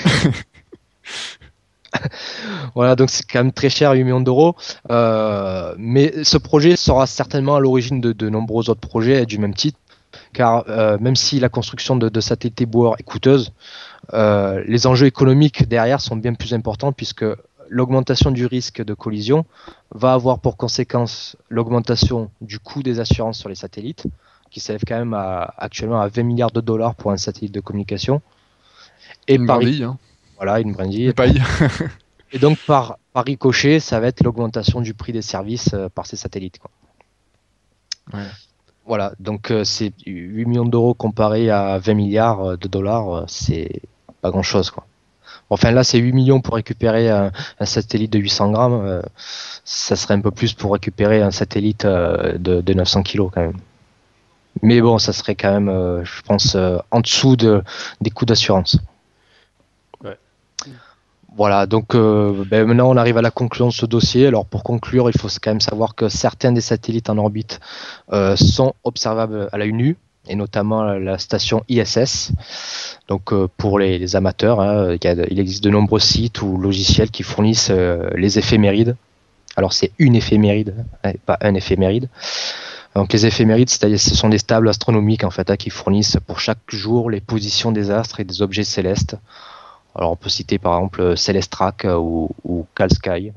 Voilà, donc c'est quand même très cher, huit millions d'euros. Euh, mais ce projet sera certainement à l'origine de, de nombreux autres projets du même titre, car euh, même si la construction de, de satellites éboueurs est coûteuse, euh, les enjeux économiques derrière sont bien plus importants, puisque l'augmentation du risque de collision va avoir pour conséquence l'augmentation du coût des assurances sur les satellites, qui s'élève quand même à, actuellement à vingt milliards de dollars pour un satellite de communication. Et une par brindille, hein. Voilà, une brindille. Paille. Et donc, par, par ricochet, ça va être l'augmentation du prix des services euh, par ces satellites, quoi. Ouais. Voilà, donc euh, c'est huit millions d'euros comparé à vingt milliards de dollars, euh, c'est pas grand-chose, quoi. Enfin là, c'est huit millions pour récupérer un, un satellite de huit cents grammes. Euh, ça serait un peu plus pour récupérer un satellite euh, de, de neuf cents kilos quand même. Mais bon, ça serait quand même, euh, je pense, euh, en dessous de, des coûts d'assurance. Ouais. Voilà, donc euh, ben, maintenant on arrive à la conclusion de ce dossier. Alors pour conclure, il faut quand même savoir que certains des satellites en orbite euh, sont observables à l'œil nu, et notamment la station I S S. Donc euh, pour les, les amateurs, hein, il, y a, il existe de nombreux sites ou logiciels qui fournissent euh, les éphémérides. Alors c'est une éphéméride, hein, pas un éphéméride. Donc les éphémérides, c'est-à-dire ce sont des tables astronomiques en fait, hein, qui fournissent pour chaque jour les positions des astres et des objets célestes. Alors on peut citer par exemple Celestrak ou, ou Calsky.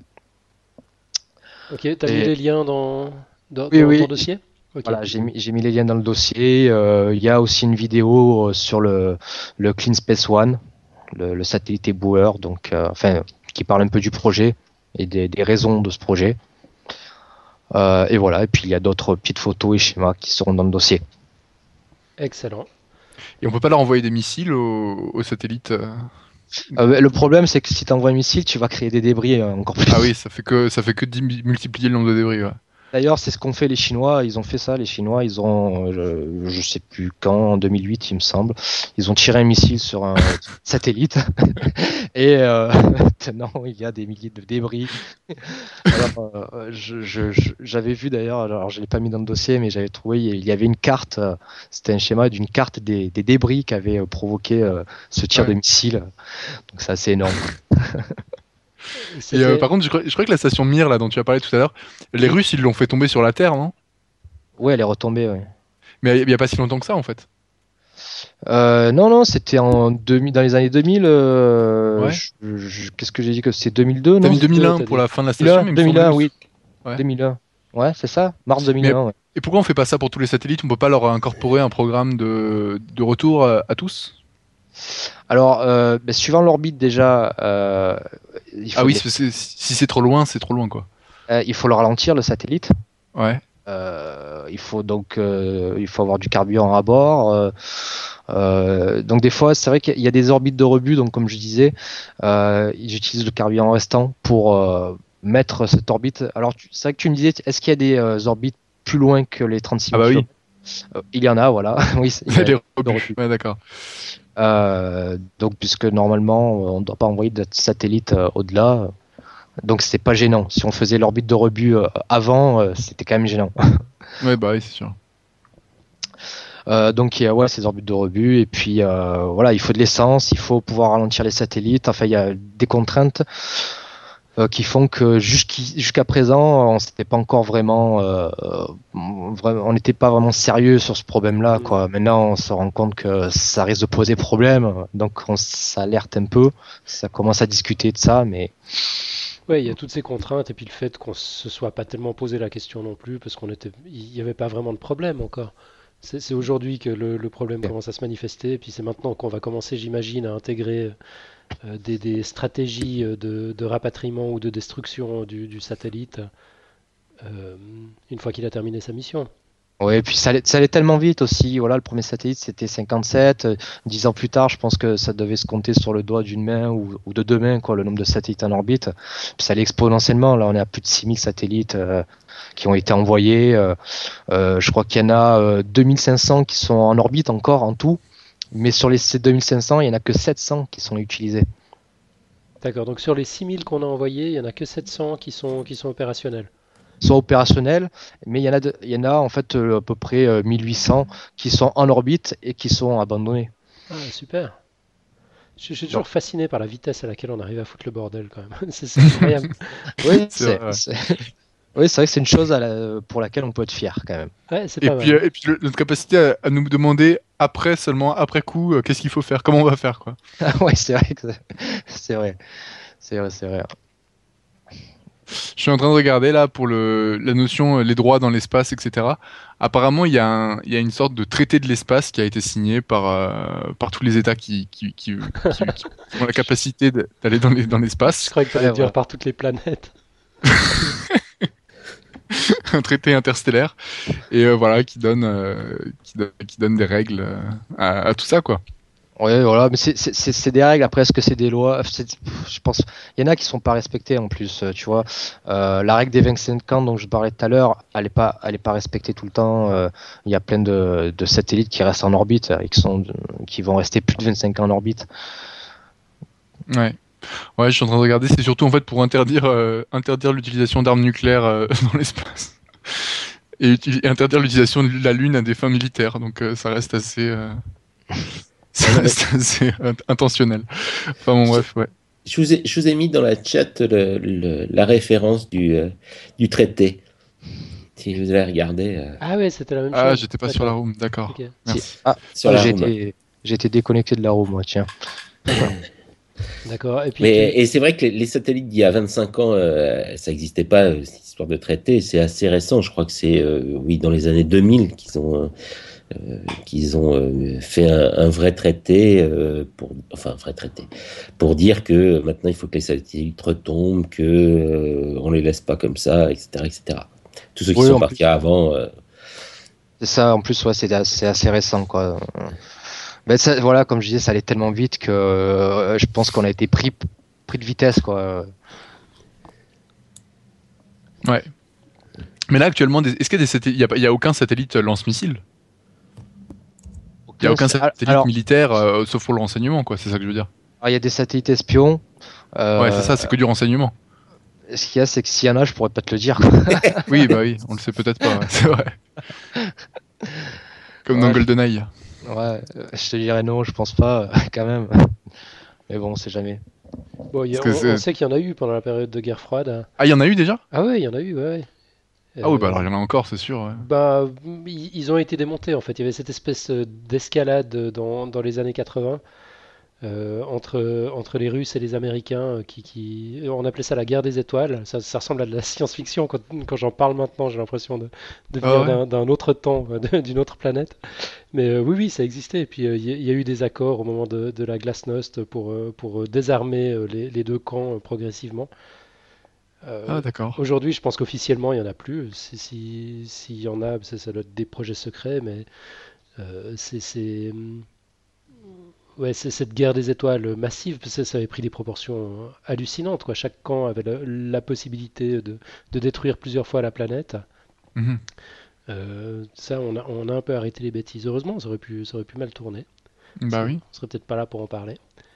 Ok, tu as Et- mis les liens dans, dans, Oui, dans oui. ton dossier? Ok. Voilà, j'ai mis, j'ai mis les liens dans le dossier. Euh, Il y a aussi une vidéo euh, sur le, le Clean Space One, le, le satellite éboueur, donc, euh, enfin, qui parle un peu du projet et des, des raisons de ce projet. Euh, et voilà, et puis il y a d'autres petites photos et schémas qui seront dans le dossier. Excellent. Et on peut pas leur envoyer des missiles aux, aux satellites. euh Euh, le problème, c'est que si tu envoies un missile, tu vas créer des débris euh, encore plus. Ah oui, ça fait que ça fait que dim- multiplier le nombre de débris. Ouais. D'ailleurs, c'est ce qu'ont fait les Chinois. Ils ont fait ça, les Chinois. Ils ont, euh, je, je sais plus quand, en deux mille huit, il me semble. Ils ont tiré un missile sur un satellite. Et euh, maintenant, il y a des milliers de débris. Alors, euh, je- je- je- j'avais vu d'ailleurs, alors je l'ai pas mis dans le dossier, mais j'avais trouvé, il y avait une carte. euh, C'était un schéma d'une carte des, des débris qui avaient euh, provoqué euh, ce tir Ouais. de missile. Donc c'est assez énorme. Et C'était- euh, par contre, je crois, je crois que la station Mir, là, dont tu as parlé tout à l'heure, les Russes, ils l'ont fait tomber sur la Terre, non? Ouais, elle est retombée. Ouais. Mais il n'y a pas si longtemps que ça, en fait. Euh, non, non, c'était en deux mille, dans les années deux mille. euh, Ouais. je- je- qu'est-ce que j'ai dit que c'était deux mille deux, T'as non? mis deux mille un t'as pour dit. la fin de la station, mais il me semblait deux mille un, que- oui. Ouais. deux mille un. Ouais, c'est ça, mars deux mille un. Ouais. Et pourquoi on fait pas ça pour tous les satellites? On peut pas leur incorporer un programme de, de retour à, à tous? Alors, euh, ben, suivant l'orbite déjà, euh, il faut, Ah oui, des- c'est- c'est- si c'est trop loin, c'est trop loin, quoi. euh, il faut le ralentir, le satellite. Ouais. Euh, il faut donc euh, il faut avoir du carburant à bord. euh, euh, donc des fois, c'est vrai qu'il y a des orbites de rebut. Donc comme je disais, euh, j'utilise le carburant restant pour euh, mettre cette orbite. Alors tu- c'est vrai que tu me disais, est-ce qu'il y a des euh, orbites plus loin que les trente-six Ah bah oui. kilomètres? Euh, il y en a, voilà. Oui, c'est- il y a Les de rebuts. rebut. Ouais, d'accord. Euh, donc puisque normalement on ne doit pas envoyer de satellite euh, au-delà. Donc c'est pas gênant. Si on faisait l'orbite de rebut euh, avant, euh, c'était quand même gênant. Ouais, bah oui, c'est sûr. Euh, donc il y a ouais, ces orbites de rebut et puis euh, voilà, il faut de l'essence, il faut pouvoir ralentir les satellites. Enfin, il y a des contraintes euh, qui font que jusqu'i- jusqu'à présent, on s'était pas encore vraiment, euh, vraiment on n'était pas vraiment sérieux sur ce problème-là, Mm. quoi. Maintenant, on se rend compte que ça risque de poser problème, donc on s'alerte un peu, ça commence à discuter de ça, mais Ouais, il y a toutes ces contraintes et puis le fait qu'on se soit pas tellement posé la question non plus parce qu'on était, il n'y avait pas vraiment de problème encore. C'est c'est aujourd'hui que le, le problème Ouais. commence à se manifester et puis c'est maintenant qu'on va commencer, j'imagine, à intégrer euh, des, des stratégies euh, de, de rapatriement ou de destruction du, du satellite euh, une fois qu'il a terminé sa mission. ouais, et puis ça allait, ça allait tellement vite aussi. Voilà, le premier satellite c'était cinquante-sept. Euh, Dix ans plus tard, je pense que ça devait se compter sur le doigt d'une main ou, ou de deux mains, quoi, le nombre de satellites en orbite. Puis ça allait exponentiellement. Là, on est à plus de six mille satellites euh, qui ont été envoyés. Euh, euh, je crois qu'il y en a euh, deux mille cinq cents qui sont en orbite encore en tout. Mais sur les ces deux mille cinq cents, il y en a que sept cents qui sont utilisés. D'accord, donc sur les six mille qu'on a envoyés, il n'y en a que sept cents qui sont, qui sont opérationnels. Sont opérationnels, mais il y en a, de- il y en a en fait euh, à peu près euh, mille huit cents qui sont en orbite et qui sont abandonnés. Ah, super. Je je suis toujours fasciné par la vitesse à laquelle on arrive à foutre le bordel quand même. C'est c'est incroyable. Oui, C'est c'est vrai, ouais. c'est- oui, c'est vrai que c'est une chose à la- pour laquelle on peut être fier quand même. Ouais, c'est Et pas puis, mal. euh, et puis le- notre capacité à, à nous demander après, seulement après coup, euh, qu'est-ce qu'il faut faire, comment on va faire, quoi. Ouais, c'est vrai que c'est- c'est vrai. C'est vrai, c'est vrai. Je suis en train de regarder là pour le, la notion, euh, les droits dans l'espace, et cetera. Apparemment, il y, a un- il y a une sorte de traité de l'espace qui a été signé par, euh, par tous les États qui, qui, qui, qui- qui ont la capacité de- d'aller dans les- dans Je l'espace. croyais que tu allais Ouais, dire voilà. par toutes les planètes. Un traité interstellaire. Et euh, voilà, qui donne, euh, qui donne, qui donne des règles euh, à, à tout ça, quoi. Ouais, voilà, mais c'est, c'est, c'est c'est des règles. Après, est-ce que c'est des lois? C'est- Je pense, il y en a qui sont pas respectées en plus. euh, Tu vois, Euh, la règle des vingt-cinq ans dont je parlais tout à l'heure, elle est pas, elle est pas respectée tout le temps. euh, Il y a plein de, de satellites qui restent en orbite et qui sont, qui vont rester plus de vingt-cinq ans en orbite. Ouais. Ouais, je suis en train de regarder. C'est surtout en fait pour interdire, euh, interdire l'utilisation d'armes nucléaires euh, dans l'espace et, uti- et interdire l'utilisation de la Lune à des fins militaires. Donc euh, ça reste assez, euh, ça Ouais, non, mais reste assez int- intentionnel. Enfin bon, Je, bref, ouais. je vous ai, je vous ai mis dans la chat le- le- la référence du, euh, du traité. Si vous allez regarder euh, Ah ouais, c'était la même Ah, chose. j'étais pas sur la D'accord. room. D'accord. Ok. si- Merci. ah, sur ah, la j'ai room. été, j'ai été déconnecté de la room, moi, tiens. D'accord. Et puis Mais, tu. et c'est vrai que les, les satellites d'il y a vingt-cinq ans, euh, ça n'existait pas, euh, cette histoire de traité. C'est assez récent. Je crois que c'est euh, oui, dans les années deux mille qu'ils ont, euh, qu'ils ont euh, fait un, un vrai traité, euh, pour, enfin un vrai traité, pour dire que maintenant il faut que les satellites retombent, que euh, on les laisse pas comme ça, et cetera, et cetera. Tous ceux qui Oui, sont en partis plus. avant. euh, C'est ça, en plus, ouais, c'est assez, c'est assez récent, quoi. Ben ça, voilà, comme je disais, ça allait tellement vite que euh, je pense qu'on a été pris, pris de vitesse, quoi. Ouais. Mais là, actuellement, des- est-ce qu'il y a des satellites? Il y a, pas- il y a aucun satellite euh, lance-missile. Il y a Aucun aucun sa- satellite Alors, militaire, euh, sauf pour le renseignement, quoi. C'est ça que je veux dire. alors, il y a des satellites espions. Ouais, c'est Euh, ça. C'est que du renseignement. ce qu'il y a, c'est que s'il y en a, je pourrais pas te le dire, quoi. Oui, bah oui, on le sait peut-être pas. Ouais, c'est vrai. Comme dans Ouais, je, GoldenEye. ouais, euh, je te dirais non, je pense pas, euh, quand même. Mais bon, on sait jamais. Bon, il y Parce a- que on, on c'est- sait qu'il y en a eu pendant la période de guerre froide. Ah, il y en a eu déjà? Ah ouais, il y en a eu, ouais. ouais. Ah oui, bah Euh, alors il y en a encore, c'est sûr. Ouais. bah, ils ils ont été démontés en fait. Il y avait cette espèce euh, d'escalade dans, dans les années quatre-vingts euh, entre, entre les Russes et les Américains euh, qui, qui- on appelait ça la guerre des étoiles. Ça, ça ressemble à de la science-fiction quand, quand j'en parle maintenant. J'ai l'impression de, de Ah venir ouais. d'un d'un autre temps, euh, de- d'une autre planète. Mais euh, oui, oui, ça existait. Et puis euh, il y, a il y a eu des accords au moment de, de la glasnost pour, euh, pour euh, désarmer euh, les, les deux camps euh, progressivement. Euh, Ah d'accord. Aujourd'hui, je pense qu'officiellement, il n'y en a plus. Si, si- s'il y en a, ça, ça doit être des projets secrets, mais euh, c'est, c'est, hum, ouais, c'est cette guerre des étoiles massive, parce que ça avait pris des proportions euh, hallucinantes, quoi. Chaque camp avait la, la possibilité de, de détruire plusieurs fois la planète. Mhm. Euh, ça, on a, on a un peu arrêté les bêtises. Heureusement, ça aurait pu, ça aurait pu mal tourner. Bah Sinon, oui. on serait peut-être pas là pour en parler.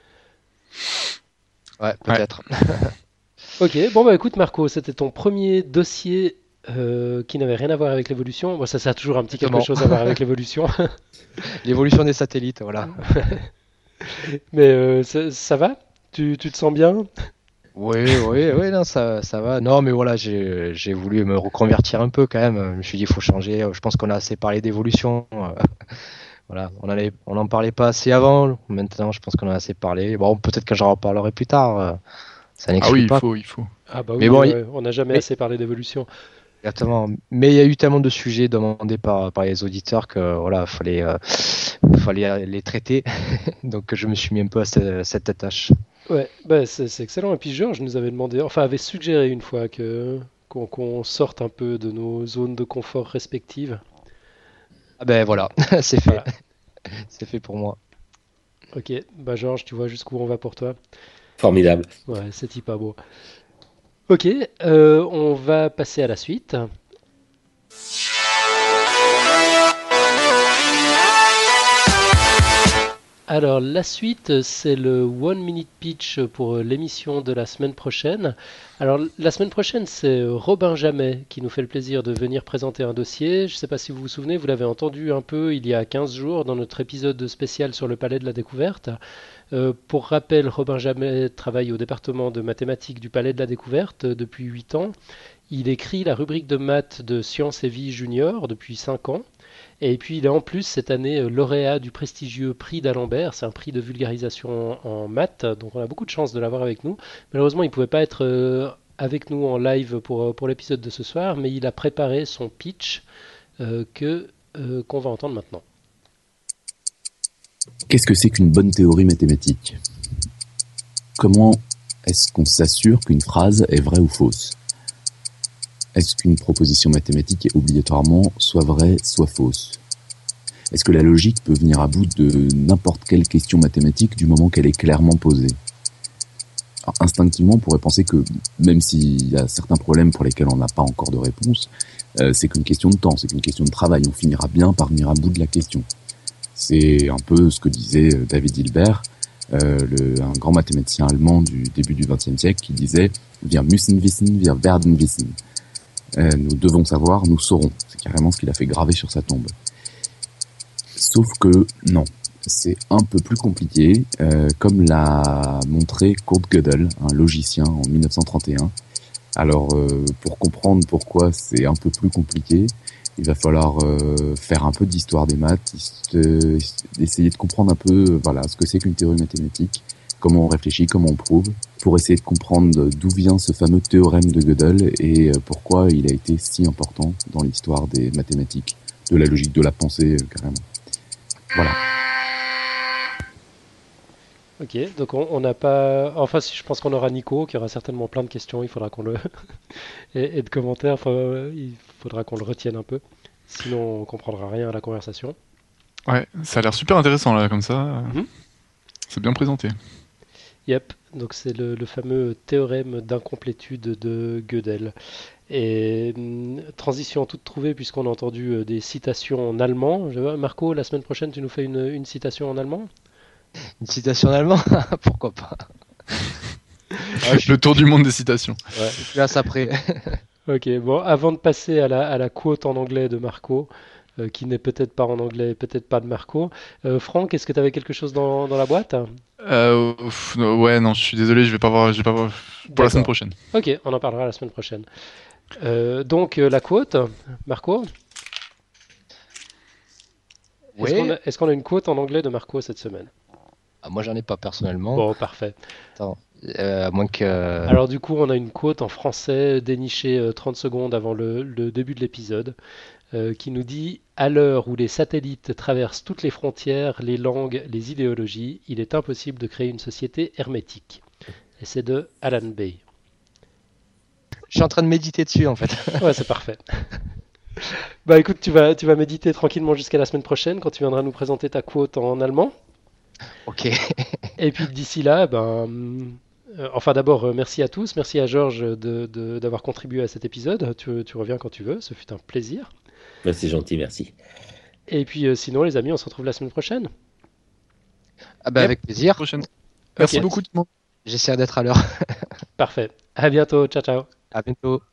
Ouais, Ouais. peut-être. Ok, bon bah écoute Marco, c'était ton premier dossier euh, qui n'avait rien à voir avec l'évolution. Bon, ça, ça a toujours un petit quelque Exactement. chose à voir avec l'évolution. L'évolution des satellites, voilà. Mais euh, ça, ça va? Tu, tu te sens bien? Oui, oui, oui, non, ça, ça va. Non, mais voilà, j'ai, j'ai voulu me reconvertir un peu quand même. Je me suis dit, il faut changer. Je pense qu'on a assez parlé d'évolution. euh, Voilà, on en avait, on en parlait pas assez avant. Maintenant, je pense qu'on en a assez parlé. Bon, peut-être que j'en reparlerai plus tard. euh, Ça Ah n'exclut oui, il pas. faut, il faut. Ah bah Mais oui, bon, il- ouais, on n'a jamais mais assez parlé d'évolution. exactement. Mais il y a eu tellement de sujets demandés par, par les auditeurs que voilà, fallait, euh, fallait les traiter. Donc, je me suis mis un peu à ce- cette tâche. Ouais, bah c'est c'est excellent. Et puis Georges nous avait demandé, enfin avait suggéré une fois que qu'on qu'on sorte un peu de nos zones de confort respectives. Ah ben voilà, c'est fait. Voilà. C'est fait pour moi. Ok, bah Georges, tu vois jusqu'où on va pour toi? Formidable. Ouais, c'est pas beau. Ok, euh, on va passer à la suite. Alors, la suite, c'est le One Minute Pitch pour l'émission de la semaine prochaine. Alors, la semaine prochaine, c'est Robin Jamet qui nous fait le plaisir de venir présenter un dossier. Je ne sais pas si vous vous souvenez, vous l'avez entendu un peu il y a quinze jours dans notre épisode spécial sur le Palais de la Découverte. Euh, pour rappel, Robin Jamet travaille au département de mathématiques du Palais de la Découverte depuis huit ans. Il écrit la rubrique de maths de Sciences et Vie Junior depuis cinq ans. Et puis il est en plus cette année euh, lauréat du prestigieux prix d'Alembert, c'est un prix de vulgarisation en, en maths, donc on a beaucoup de chance de l'avoir avec nous. Malheureusement il ne pouvait pas être euh, avec nous en live pour, pour l'épisode de ce soir, mais il a préparé son pitch euh, que, euh, qu'on va entendre maintenant. Qu'est-ce que c'est qu'une bonne théorie mathématique? Comment est-ce qu'on s'assure qu'une phrase est vraie ou fausse? Est-ce qu'une proposition mathématique est obligatoirement soit vraie, soit fausse? Est-ce que la logique peut venir à bout de n'importe quelle question mathématique du moment qu'elle est clairement posée? Alors, instinctivement, on pourrait penser que même s'il y a certains problèmes pour lesquels on n'a pas encore de réponse, euh, c'est qu'une question de temps, c'est qu'une question de travail. On finira bien par venir à bout de la question. C'est un peu ce que disait David Hilbert, euh, le, un grand mathématicien allemand du début du vingtième siècle, qui disait « Wir müssen wissen, wir werden wissen ». Euh, nous devons savoir, nous saurons. C'est carrément ce qu'il a fait graver sur sa tombe. Sauf que non, c'est un peu plus compliqué, euh, comme l'a montré Kurt Gödel, un logicien en mille neuf cent trente et un. Alors, euh, pour comprendre pourquoi c'est un peu plus compliqué, il va falloir euh, faire un peu d'histoire des maths, euh, essayer de comprendre un peu euh, voilà, ce que c'est qu'une théorie mathématique, comment on réfléchit, comment on prouve, pour essayer de comprendre d'où vient ce fameux théorème de Gödel et euh, pourquoi il a été si important dans l'histoire des mathématiques, de la logique de la pensée, euh, carrément. Voilà. Ok, donc on on n'a pas. Enfin, si, je pense qu'on aura Nico qui aura certainement plein de questions. Il faudra qu'on le. et, et de commentaires. Enfin, euh, il faudra qu'on le retienne un peu. Sinon, on comprendra rien à la conversation. Ouais, ça a l'air super intéressant là, comme ça. Mhm. C'est bien présenté. Yep, donc c'est le, le fameux théorème d'incomplétude de Gödel. Et hum, transition toute trouvée puisqu'on a entendu euh, des citations en allemand. Je vois, Marco, la semaine prochaine, tu nous fais une, une citation en allemand? Une citation en allemand? Pourquoi pas? Ah, je Le tour du monde des citations. Ouais. suis là, ça près. Ok, bon, avant de passer à la, à la quote en anglais de Marco, euh, qui n'est peut-être pas en anglais, peut-être pas de Marco, euh, Franck, est-ce que tu avais quelque chose dans, dans la boîte? Euh, ouf, non, ouais, non, je suis désolé, je vais pas voir, je vais pas voir pour la semaine D'accord. prochaine. Ok, on en parlera la semaine prochaine. Euh, donc, euh, la quote, Marco, est-ce qu'on Oui. a, est-ce qu'on a une quote en anglais de Marco cette semaine? Ah, moi, j'en ai pas personnellement. Bon, parfait. Attends, euh, à moins que. Alors du coup, on a une quote en français dénichée euh, trente secondes avant le, le début de l'épisode euh, qui nous dit: À l'heure où les satellites traversent toutes les frontières, les langues, les idéologies, il est impossible de créer une société hermétique. Et c'est de Alan Bay. Je suis en train de méditer dessus, en fait. Ouais, c'est parfait. Bah écoute, tu vas, tu vas méditer tranquillement jusqu'à la semaine prochaine quand tu viendras nous présenter ta quote en allemand. Ok. Et puis d'ici là, ben, euh, enfin d'abord, euh, merci à tous, merci à Georges de, de- d'avoir contribué à cet épisode. Tu, tu reviens quand tu veux, ce fut un plaisir. Ben, c'est gentil, merci. Et puis euh, sinon, les amis, on se retrouve la semaine prochaine. Ah bah, Yep. avec plaisir. Prochaine. Merci Ok. beaucoup tout le monde. J'essaierai d'être à l'heure. Parfait. À bientôt. Ciao, ciao. À bientôt.